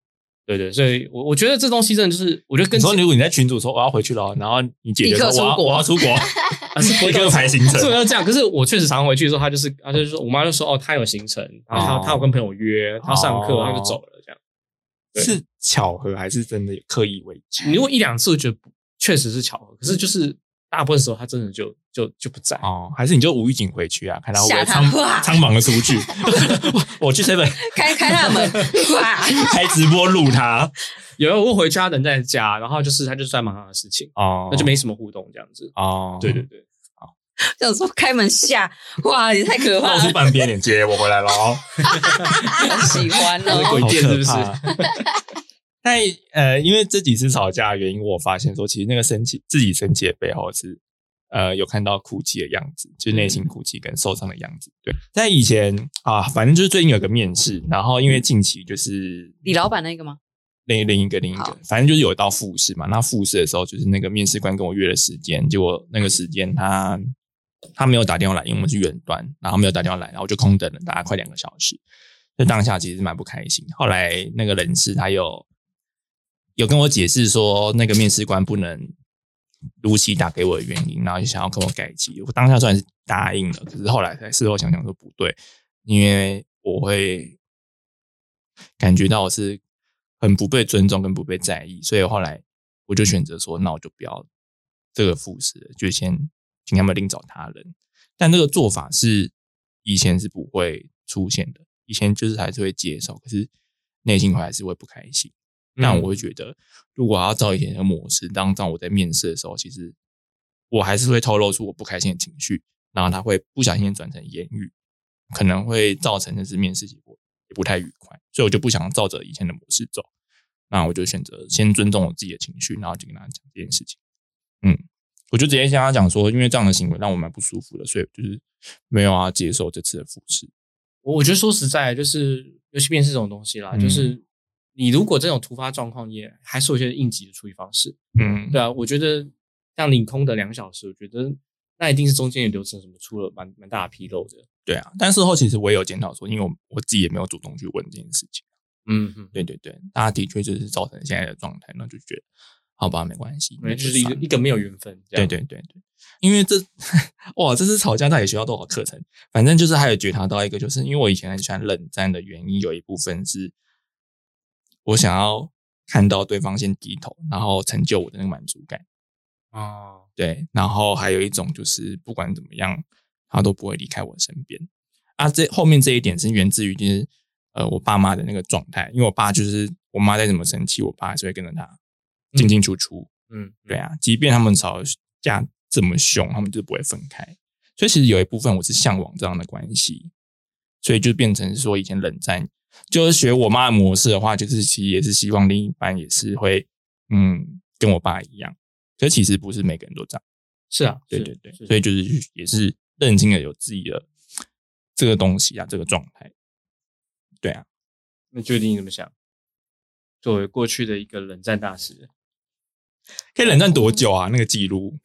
对对，所以我觉得这东西真的就是，我觉得跟你说如果你在群组说我要回去了，然后你姐姐说我要出国， 是不会跟排行程， 是要这样。可是我确实常回去的时候，她就是说，我妈就说她有行程，然后她有跟朋友约，她上课，她就走了这样。 是巧合还是真的刻意为之？ 你如果1-2次，我觉得确实是巧合，可是就是大部分时候她真的就不在哦，还是你就无预警回去啊？看她会不会苍忙的出去？我去 7 开他门， 开直播录他。 有我回去，他人在家，然后就是他就在忙他的事情哦，那就没什么互动这样子哦。对对对， 好，这样说开门下，哇，也太可怕了！ 露出半边脸，姐我回来了哦， 很喜欢哦， 鬼店是不是？ 但因为这几次吵架的原因，我发现说，其实那个自己生气的背后是有看到哭泣的样子，就是内心哭泣跟受伤的样子。对，在以前啊，反正就是最近有个面试，然后因为近期就是李老板那个吗？另一个， 反正就是有到复试嘛。那复试的时候，就是那个面试官跟我约了时间，结果那个时间他没有打电话来，因为我们是远端，然后没有打电话来，然后我就空等了大概快2个小时。就当下其实蛮不开心。后来那个人事他有跟我解释说，那个面试官不能如期打给我的原因，然后就想要跟我改期。我当下虽然是答应了，可是后来才事后想想说不对，因为我会感觉到我是很不被尊重跟不被在意，所以后来我就选择说，那我就不要这个复试了，就先请他们另找他人。但这个做法是以前是不会出现的，以前就是还是会接受，可是内心还是会不开心。但我会觉得，如果要照以前的模式，当我在面试的时候，其实我还是会透露出我不开心的情绪，然后他会不小心转成言语，可能会造成就是面试结果也不太愉快，所以我就不想照着以前的模式走。那我就选择先尊重我自己的情绪，然后就跟他讲这件事情。我就直接跟他讲说，因为这样的行为让我蛮不舒服的，所以就是没有要接受这次的复试。 我觉得说实在，就是尤其面试这种东西啦，就是你如果这种突发状况，也还是有一些应急的处理方式。对啊，我觉得像领空的2小时，我觉得那一定是中间的流程什么出了蛮大的纰漏的。 对啊，但事后其实我也有检讨说，因为我自己也没有主动去问这件事情。对对对，大家的确就是造成现在的状态，那就觉得好吧，没关系， 就是一个没有缘分。 对对对对，因为这次吵架到底需要多少课程？反正就是还有觉察到一个，就是因为我以前很喜欢冷战的原因，有一部分是我想要看到对方先低头，然后成就我的那个满足感。对，然后还有一种就是不管怎么样，他都不会离开我身边。这后面这一点是源自于就是我爸妈的那个状态，因为我爸就是我妈再怎么生气，我爸还是会跟着他进进出出。对啊，即便他们吵架这么凶，他们就不会分开。所以其实有一部分我是向往这样的关系，所以就变成说以前冷战，就是学我妈的模式的话，就是其实也是希望另一半也是会跟我爸一样。可是其实不是每个人都这样。 是啊， 对对对，所以就是也是认清了有自己的这个东西啊，这个状态。对啊， 那决定你怎么想？作为过去的一个冷战大师， 可以冷战多久啊？那个记录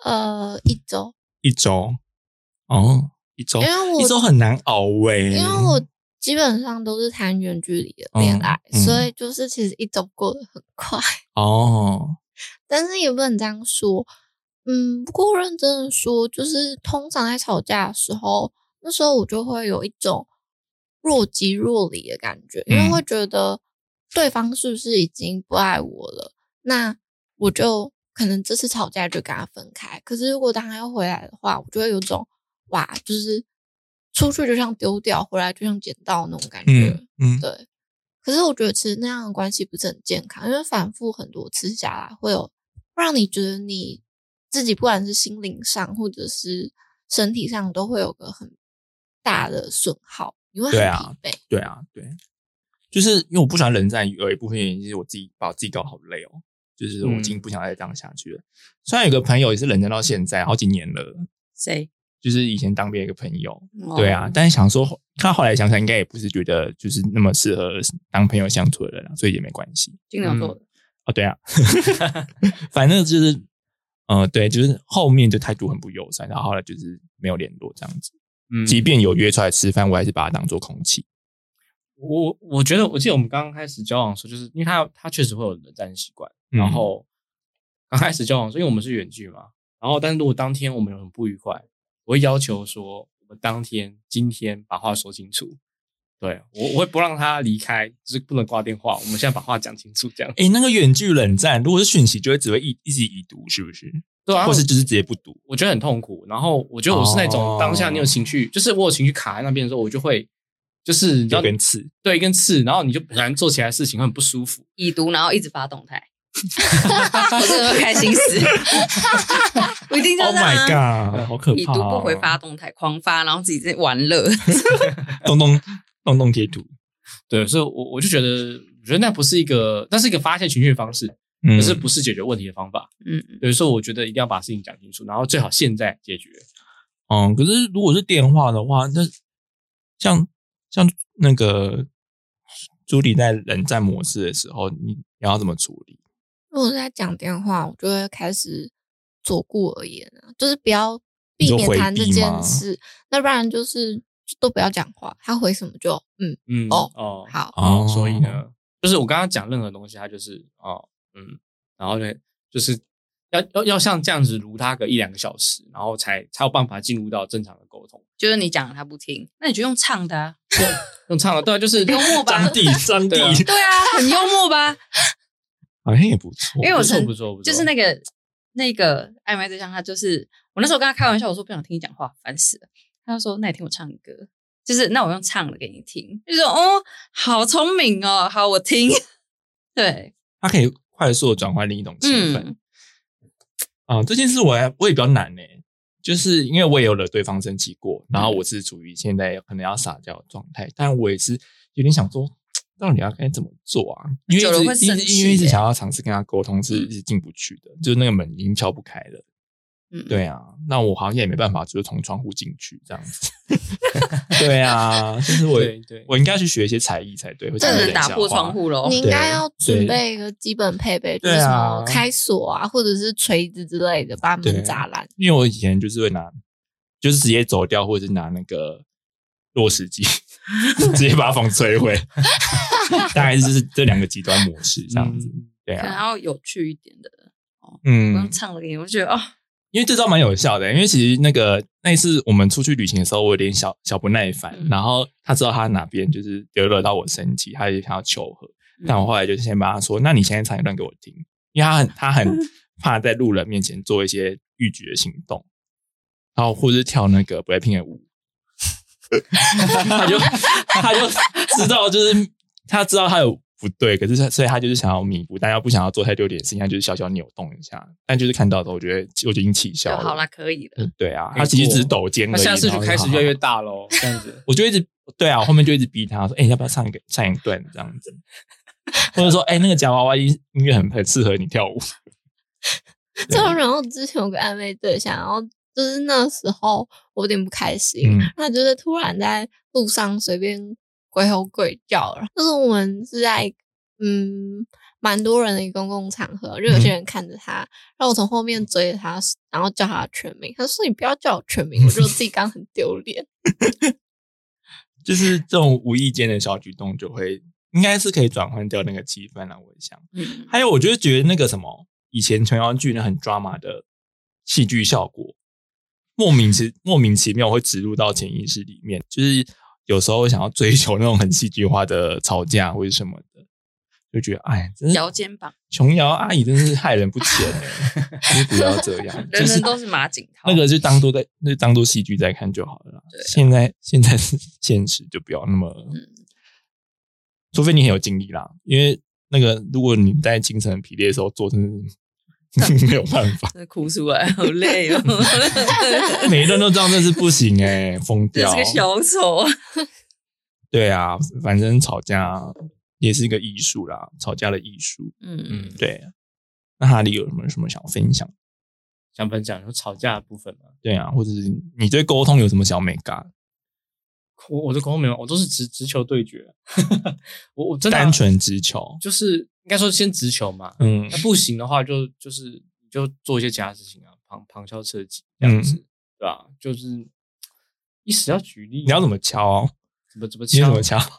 ？1周。 1周哦，1周， 因为1 周很难熬因为我基本上都是谈远距离的恋爱，所以就是其实1周过得很快哦。 但是也不能这样说，不过认真的说，就是通常在吵架的时候，那时候我就会有一种若即若离的感觉，因为会觉得对方是不是已经不爱我了，那我就可能这次吵架就跟他分开。可是如果当他要回来的话，我就会有种哇，就是出去就像丢掉，回来就像捡到那种感觉。对。可是我觉得其实那样的关系不是很健康，因为反复很多次下来，会让你觉得你自己不管是心灵上或者是身体上都会有个很大的损耗，你会很疲惫。 对啊，就是因为我不喜欢冷战，有一部分原因是我自己把我自己搞得好累哦，就是我已经不想再这样下去了。虽然有个朋友也是冷战到现在好几年了， 谁？ 就是以前当兵一个朋友，对啊，但是想说，他后来想想，应该也不是觉得就是那么适合当朋友相处的人，所以也没关系。 金牛座的对啊，反正就是对，就是后面就态度很不友善，然后后来就是没有联络这样子。即便有约出来吃饭，我还是把它当做空气。 我觉得，我记得我们刚刚开始交往的时候，就是因为他确实会有冷战习惯，然后刚开始交往的时候，因为我们是远距嘛，然后但是如果当天我们有什么不愉快，我会要求说，我们今天把话说清楚。对，我会不让他离开，就是不能挂电话。我们现在把话讲清楚，这样。 那个远距冷战，如果是讯息，就会只会一直已读，是不是？ 对啊， 或是就是直接不读。 我觉得很痛苦。然后我觉得我是那种当下你有情绪，就是我有情绪卡在那边的时候，我就会就是你知道有根刺， 对，一根刺，然后你就很难做起来的事情，会很不舒服。 已读，然后一直发动态，我真的会开心死。我一定就这样 Oh my god， 好可怕！ 已读不回发动态，狂发，然后自己在玩乐， 动贴图。 对，所以我就觉得那不是一个，那是一个发泄情绪的方式，可是不是解决问题的方法。对，所以我觉得一定要把事情讲清楚，然后最好现在解决。 可是如果是电话的话，那像那个朱莉在冷战模式的时候，你要怎么处理？ 如果是在讲电话，我就会开始左顾而言就是不要避免谈这件事，那不然就是都不要讲话，他回什么就好所以呢，就是我刚刚讲任何东西，他就是然后呢，就是要像这样子撸他个1-2个小时，然后才有办法进入到正常的沟通。 就是你讲了他不听，那你就用唱的啊， 用唱的，对啊，就是幽默吧， 张帝， 对啊，很幽默吧？ 好像也不错， 因为我不错， 就是那个暧昧对象，他就是我那时候跟他开玩笑，我说不想听你讲话，烦死了。他就说那你听我唱歌，就是那我用唱的给你听，就说好聪明哦，好我听。对， 他可以快速的转换另一种气氛。这件事我也比较难就是因为我也有惹对方生气过，然后我是处于现在可能要撒娇的状态，但我也是有点想说，到底要该怎么做啊？因为一直想要尝试跟他沟通，是一直进不去的，就是那个门已经敲不开了。对啊，那我好像也没办法，就是从窗户进去这样子。对啊，就是我应该去学一些才艺才对， 真的打破窗户咯。 你应该要准备一个基本配备，就是什么开锁啊，或者是锤子之类的，把门砸烂。 因为我以前就是会拿，就是直接走掉，或者是拿那个落石机，直接把房摧毁。大概就是这2个极端模式这样子。对啊， 然后有趣一点的我用唱了给你，我觉得因为这招蛮有效的，因为其实那一次我们出去旅行的时候，我有点小不耐烦，然后他知道他哪边就是惹到我生气，他就想要求和，但我后来就先帮他说，那你现在唱一段给我听，因为他很怕在路人面前做一些逾矩的行动，然后或者是跳那个 BLACKPINK 的舞，他就知道，就是他知道他有不对，可是所以他就是想要弥补，但又不想要做太丢脸的事情，他就是小小扭动一下。但就是看到的时候，我觉得我已经气消了。 好啦，可以了。 对啊，他其实只是抖肩而已。 那下次就开始越来越大咯，这样子。 我就一直我后面就一直逼他说：“要不要唱一段这样子？”或者说：“那个夹娃娃音乐很适合你跳舞。” 然后之前有个暧昧对象，然后就是那时候我有点不开心，他就是突然在路上随便鬼吼鬼叫了。就是我们是在蛮多人的一个公共场合，就有些人看着他，然后我从后面追着他，然后叫他的全名。他说：“你不要叫我全名。”我觉得自己刚很丢脸。 就是这种无意间的小举动，就会应该是可以转换掉那个气氛啦。我想，还有我觉得那个什么，以前琼瑶剧那很 drama 的戏剧效果，莫名其妙会植入到潜意识里面，就是有时候想要追求那种很戏剧化的吵架或者什么的，就觉得真是摇肩膀， 琼瑶阿姨真是害人不浅就是不要这样， 人人都是马景涛， 那个就当做戏剧在看就好了啦。现在是现实，就不要那么，除非你很有精力啦，因为那个如果你在精神疲累的时候做，真的是没有办法， 哭出来，好累哦。 每一段都这样，真是不行疯掉， 这是个小丑。 对啊，反正吵架也是一个艺术啦，吵架的艺术。对。那哈利有什么想分享？ 想分享有吵架的部分吗？ 对啊，或者是你对沟通有什么小美感？ 我对沟通没有，我都是直球对决。我真的单纯直球， 就是应该说先直球嘛。那不行的话就是你就做一些其他事情啊，旁敲侧击这样子，对吧？就是一时要举例， 你要怎么敲？ 怎么敲？ 你怎么敲？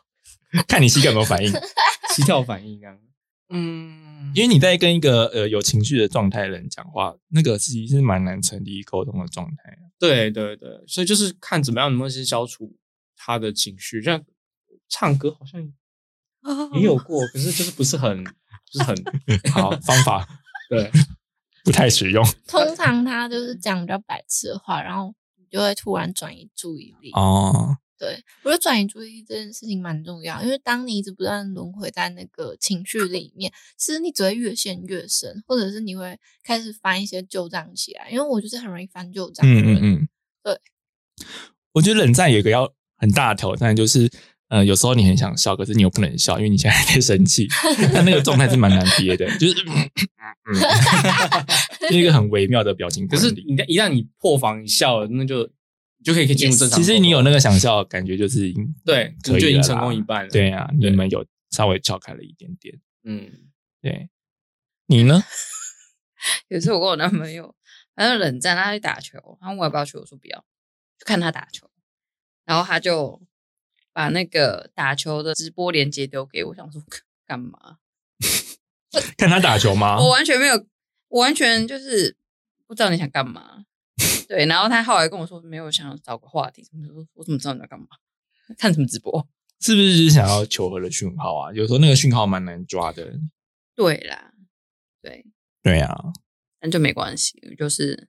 看你膝盖有没有反应。 膝跳反应这样。 因为你在跟一个有情绪的状态的人讲话，那个其实是蛮难成立沟通的状态。 对对对，所以就是看怎么样能不能先消除他的情绪。像唱歌好像也有过，可是就是不是很好方法， 对， 不太实用。 通常他就是讲比较白痴的话，然后你就会突然转移注意力。 哦， 对，我觉得转移注意力这件事情蛮重要，因为当你一直不断轮回在那个情绪里面，其实你只会越陷越深，或者是你会开始翻一些旧账起来。因为我就是很容易翻旧账的人。对， 我觉得冷战有一个要很大的挑战，就是有时候你很想笑，可是你又不能笑，因为你现在还在生气，但那个状态是蛮难憋的，就是是一个很微妙的表情可管理。 是一旦你破防一笑了，那就可以进入正常。 其实你有那个想笑的感觉，就是已经对， 可以了啦， 就已经成功一半了。 对啊，你们有稍微撬开了一点点。对。你呢？ 有一次我跟我男朋友，他就冷战，他去打球，然后我要不要去？我说不要，就看他打球。然后他就把那个打球的直播链接丢给我，想说干嘛？ 看他打球吗？ 我完全没有，我完全就是不知道你想干嘛。对，然后他后来跟我说没有想找个话题，我怎么知道你在干嘛？看什么直播？ 是不是就是想要求和的讯号啊？有时候那个讯号蛮难抓的。 对啦， 对啊， 那就没关系，就是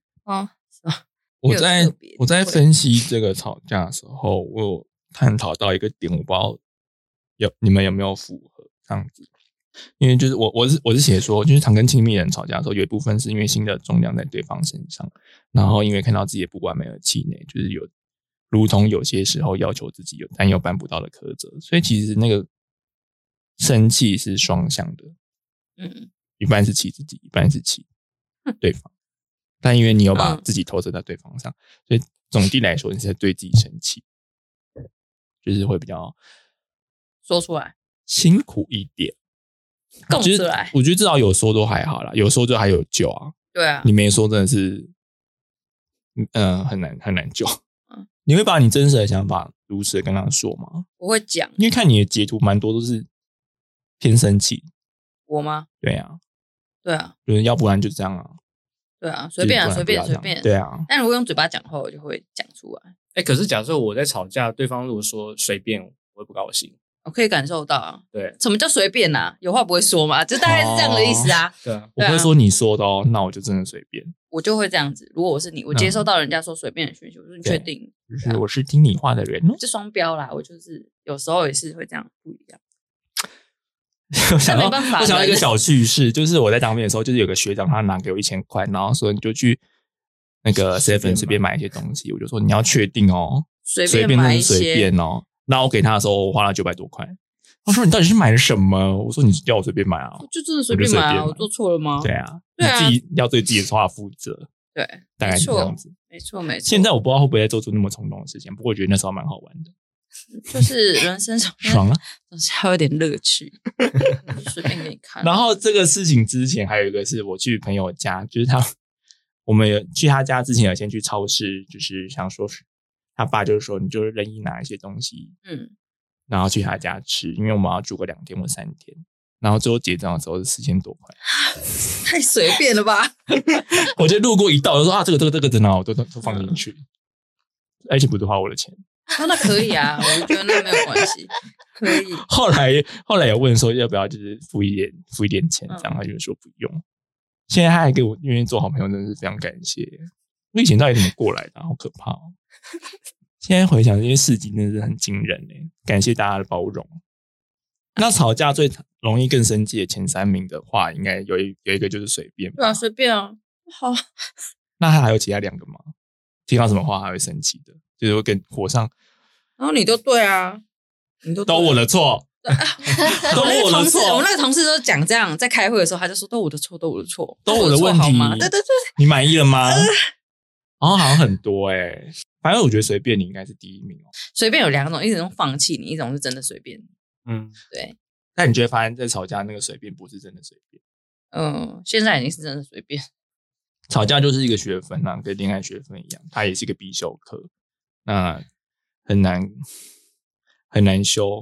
我在分析这个吵架的时候，我有探讨到一个点，我不知道你们有没有符合这样子。因为就是我是写说，就是常跟亲密人吵架的时候，有一部分是因为新的重量在对方身上，然后因为看到自己的不完美而气馁，就是如同有些时候要求自己但又办不到的苛责，所以其实那个生气是双向的，一半是气自己，一半是气对方，但因为你有把自己投射在对方上，所以总的来说你是在对自己生气，就是会比较说出来辛苦一点。 供出来， 我觉得至少有说都还好啦，有说就还有救啊。 对啊， 你没说真的是，很难救。你会把你真实的想法如实的跟他说吗？ 我会讲， 因为看你的截图蛮多都是偏生气。 我吗？ 对啊， 对啊， 就是要不然就这样啊。 对啊，随便啊，随便。 对啊， 但如果用嘴巴讲话，我就会讲出来。 可是假设我在吵架，对方如果说随便，我会不高兴。 我可以感受到啊， 对， 什么叫随便啊？有话不会说嘛，就大概是这样的意思啊。 对啊， 我会说你说的哦，那我就真的随便， 我就会这样子。如果我是你，我接收到人家说随便的讯息，我说你确定？ 就是我是听你话的人哦， 就双标啦。我就是有时候也是会这样不一样。 我想到一个小趣事，就是我在当面的时候，就是有个学长他拿给我1000块，然后说你就去那个 7 随便买一些东西，我就说你要确定哦，随便买一些，随便哦。然后我给他的时候，我花了900多块。他说：“你到底是买了什么？”我说：“你叫我随便买啊。” 就真的随便买啊！我做错了吗？ 对啊，你自己要对自己的话负责。 对， 大概是这样子。 没错。 现在我不知道会不会再做出那么冲动的事情，不过我觉得那时候蛮好玩的， 就是人生爽啊， 总是还有点乐趣。随便给你看。 然后这个事情之前还有一个是我去朋友家，就是我们有去他家之前有先去超市，就是想说他爸就是说你就任意拿一些东西，然后去他家吃，因为我们要住个2天或3天，然后最后结账的时候是4000多块， 太随便了吧？ 我就路过一道，我就说这个真的我都放进去，而且不是花我的钱。 那可以啊，我就觉得那没有关系，可以。 后来有问说要不要就是付一点钱，这样他就说不用。现在他还给我愿意做好朋友，真的是非常感谢。我以前到底怎么过来的，好可怕哦！现在回想这些事情真的是很惊人感谢大家的包容。那吵架最容易更生气的前3名的话，应该有一个就是随便。 对啊，随便啊。好， 那他还有其他2个吗？听到什么话他会生气的，就是会跟火上。 然后你都对啊， 都我的错。都我的错。 我们那个同事都讲这样，在开会的时候他就说都我的错，都我的问题吗？对， 你满意了吗？好像很多反正我觉得随便你应该是第1名哦。 随便有2种，一种放弃你，一种是真的随便。对。 但你觉得发现在吵架那个随便不是真的随便？ 现在已经是真的随便。 吵架就是一个学分啊，跟恋爱学分一样，它也是一个必修课。那很难修，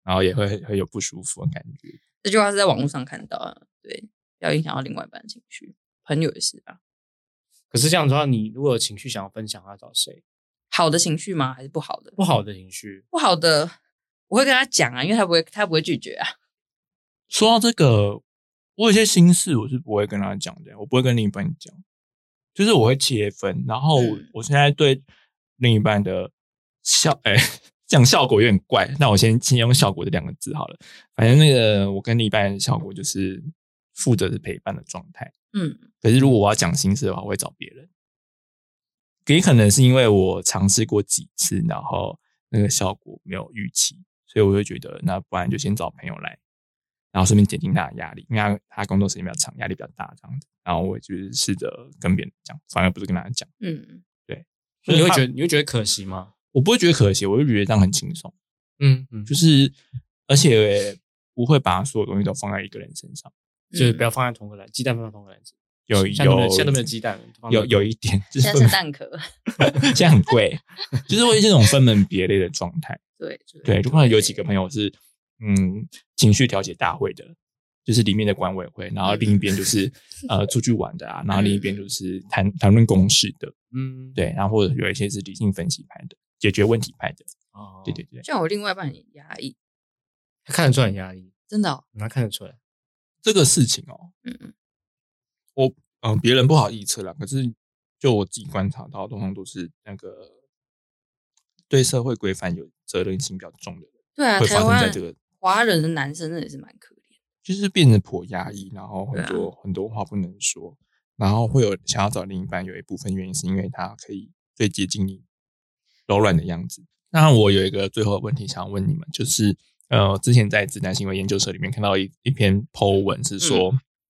然后也会有不舒服的感觉。 这句话是在网络上看到的，对，不要影响到另外一半的情绪。朋友也是啊。 可是这样的话，你如果有情绪想要分享，要找谁？ 好的情绪吗？还是不好的？ 不好的情绪， 不好的，我会跟他讲啊，因为他不会拒绝啊。 说到这个，我有些心事我是不会跟他讲的，我不会跟另一半讲，就是我会切分。然后我现在对另一半的讲效果有点怪，那我先用效果这2个字好了。反正那个我跟另一半的效果就是负责是陪伴的状态。可是如果我要讲心事的话，我会找别人。也可能是因为我尝试过几次，然后那个效果没有预期，所以我会觉得那不然就先找朋友来，然后顺便减轻他的压力，因为他工作时间比较长，压力比较大这样子。然后我就是试着跟别人讲，反而不是跟他讲。对。 你会觉得可惜吗？ 我不会觉得可惜，我会觉得这样很轻松。就是而且不会把所有东西都放在一个人身上， 就是不要放在同个篮，鸡蛋放在同个篮子。现在都没有鸡蛋， 有一点，就是现在是蛋壳， 现在很贵，就是会这种分门别类的状态。 对， 就可能有几个朋友是情绪调节大会的，就是里面的管委会，然后另一边就是出去玩的啊，然后另一边就是谈论公事的，对，然后或者有一些是理性分析派的，解决问题派的。对。 像我另外一半很压抑， 他看得出来很压抑， 真的他看得出来这个事情我别人不好臆测啦，可是就我自己观察到，通常都是那个对社会规范有责任心比较重的人。 对啊， 会发生在这个华人的男生真的是蛮可怜， 就是变得颇压抑，然后很多话不能说，然后会有想要找另一半，有一部分原因是因为他可以最接近你柔软的样子。那我有一个最后的问题想要问你们，就是之前在直男行为研究社里面看到一篇 po 文是说。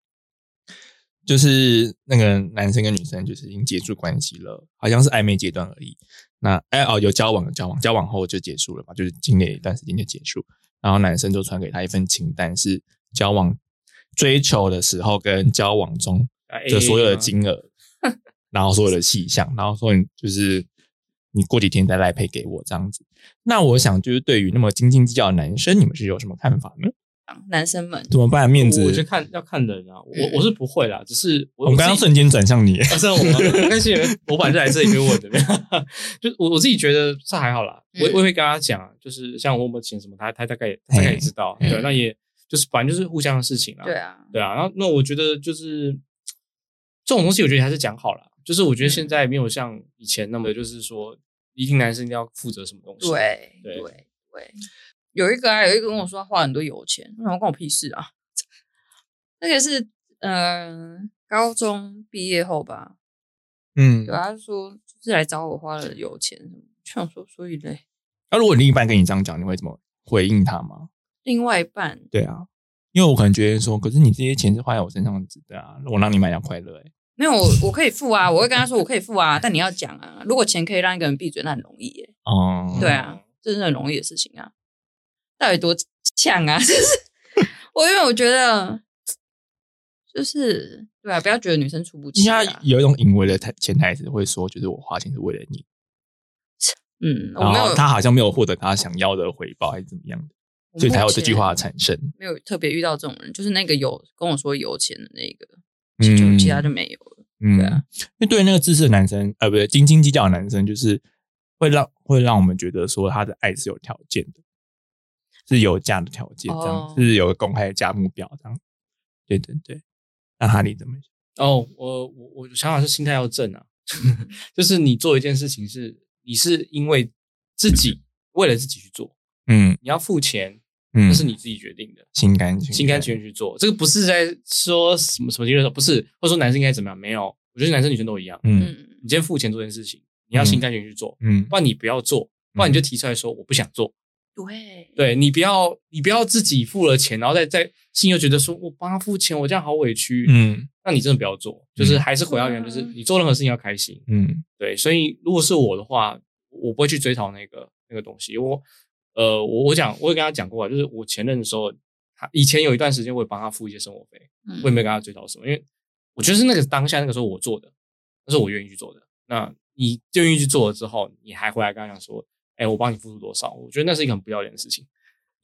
就是那个男生跟女生就是已经结束关系了，好像是暧昧阶段而已。那有交往后就结束了吧，就是经历了一段时间就结束。然后男生就传给他一份清单，是交往追求的时候跟交往中的所有的金额，然后所有的细项，然后说就是你过几天再来配给我这样子。那我想就是对于那么斤斤计较的男生，你们是有什么看法呢？ 男生们怎么办？面子， 我觉得要看人啊。我是不会啦，只是我们刚刚瞬间转向你， 是我吗？没关系，我本来就来这里问的，就我自己觉得这还好啦。我也会跟他讲，就是像我有没有钱什么，他大概也知道。对，那也就是反正就是互相的事情啦。对啊。然后那我觉得就是这种东西，我觉得还是讲好了。就是我觉得现在没有像以前那么，就是说一定男生一定要负责什么东西。对。 有一个跟我说他花很多油钱，为什么关我屁事啊？那个是高中毕业后吧，对啊，他说就是来找我花了油钱，就想说所以嘞。 那如果另一半跟你这样讲，你会怎么回应他吗？ 另外一半， 对啊，因为我可能觉得说，可是你这些钱是花在我身上的啊，我让你买点快乐没有，我可以付啊，我会跟他说我可以付啊，但你要讲啊，如果钱可以让一个人闭嘴，那很容易耶。对啊，这是很容易的事情啊。到底多呛啊！就是因为我觉得，就是对啊，不要觉得女生出不起啊。 应该有一种隐微的潜台词会说，就是我花钱是为了你。然后他好像没有获得他想要的回报，还是怎么样的，所以才有这句话的产生。 没有特别遇到这种人，就是那个有跟我说有钱的那个，其他就没有了。对啊， 因为对那个自私的男生，不对，斤斤计较的男生，就是会让我们觉得说他的爱是有条件的。是有价的条件，这样是有个公开的价目表，这样。对。那哈利怎么想？ 我想法是心态要正啊，就是你做一件事情你是因为为了自己去做，你要付钱，那是你自己决定的，心甘情愿去做。这个不是在说什么情绪，不是，或者说男生应该怎么样？没有，我觉得男生女生都一样。你今天付钱做这件事情，你要心甘情愿去做，不然你不要做，不然你就提出来说我不想做。对，你不要自己付了钱，然后再心又觉得说我帮他付钱，我这样好委屈。那你真的不要做，就是还是回到原来，就是你做任何事情要开心。对，所以如果是我的话，我不会去追讨那个东西。我也跟他讲过，就是我前任的时候，他以前有一段时间我也帮他付一些生活费，我也没有跟他追讨什么，因为我觉得是那个当下那个时候我做的，那是我愿意去做的。那你愿意去做了之后，你还回来跟他讲说。我帮你付出多少？我觉得那是一个很不要脸的事情。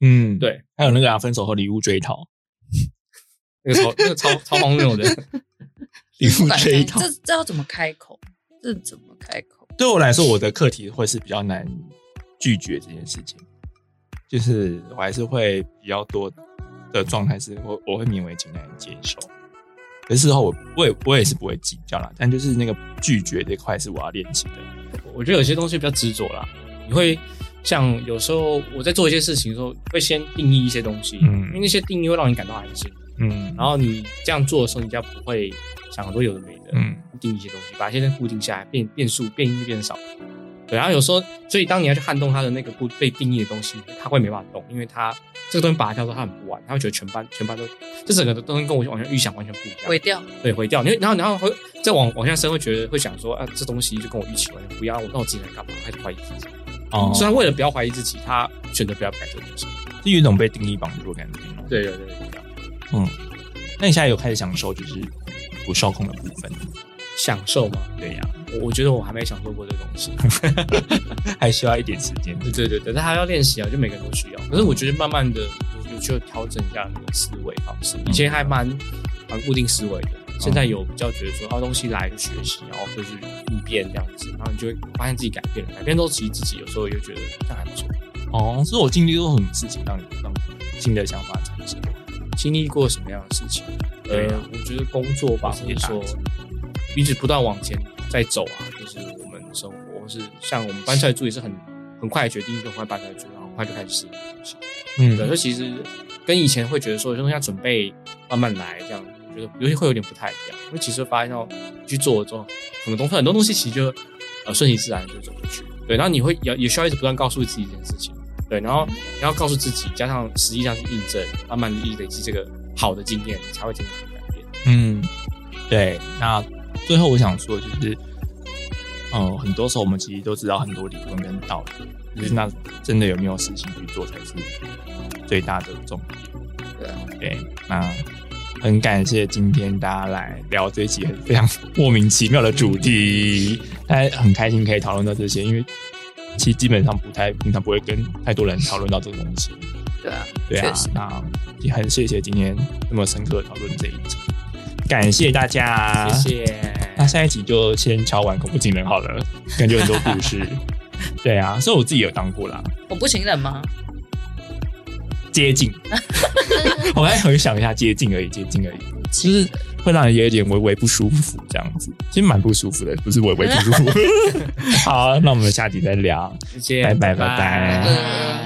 嗯， 对， 还有那个分手后礼物追讨， 那个超荒谬的礼物追讨， 这要怎么开口？这怎么开口？ 对我来说，我的课题会是比较难拒绝这件事情，就是我还是会比较多的状态是我会勉为其难接受，可是事后我也是不会计较啦，但就是那个拒绝这块是我要练习的。 我觉得有些东西比较执着啦，你会像有时候我在做一些事情的时候，会先定义一些东西，因为那些定义会让你感到安心，然后你这样做的时候，你就不会想很多有的没的，定义一些东西，把一些东西固定下来，变数变音就变少。对，然后有时候，所以当你要去撼动它的那个被定义的东西，它会没办法动，因为它这个东西拔掉之后，它很不完，它会觉得全班都，这整个东西跟我预想完全不一样， 毁掉， 对，毁掉。然后会再往下深，会想说，这东西就跟我预期完全不一样，那我自己在干嘛？开始怀疑自己。虽然为了不要怀疑自己，他选择不要改这个东西， 就有一种被定义绑住的感觉。 对， 那你现在有开始享受就是不受控的部分？ 享受吗？ 对呀， 我觉得我还没享受过这个东西， 还需要一点时间。 对，但还要练习啊，就每个人都需要。可是我觉得慢慢的，我就调整一下那个思维方式。以前还蛮固定思维的，现在有比较觉得说，东西来就学习，然后就是应变这样子，然后你就会发现自己改变了。改变之后，其实自己有时候也觉得这样还不错。 所以我经历过什么事情让新的想法产生？ 经历过什么样的事情？我觉得工作吧，或者说一直不断往前在走啊，就是我们的生活，或是像我们搬出来住也是很快的决定，就很快搬出来住，然后很快就开始适应东西。对，所以其实跟以前会觉得说有些东西要准备慢慢来这样，我觉得尤其会有点不太一样。因为其实发现到去做了之后，很多东西其实就顺其自然就走过去。对，然后你会也需要一直不断告诉自己这件事情。对，然后你要告诉自己，加上实际上去印证，慢慢的累积这个好的经验，你才会真的去改变。 对。那最后我想说就是，很多时候我们其实都知道很多理论跟道理，就是那真的有没有实行去做才是最大的重点。对，那很感谢今天大家来聊这一集非常莫名其妙的主题，但很开心可以讨论到这些，因为其实基本上平常不会跟太多人讨论到这个东西。对啊，那也很谢谢今天这么深刻的讨论这一集，感谢大家， 谢谢。 那下一集就先敲完恐怖情人好了，感觉很多故事。对啊，所以我自己有当过啦。 恐怖情人吗？ 接近，我还回想一下，接近而已，就是会让人有一点微微不舒服这样子，其实蛮不舒服的，不是微微不舒服。好，那我们下集再聊， 谢谢， 拜拜。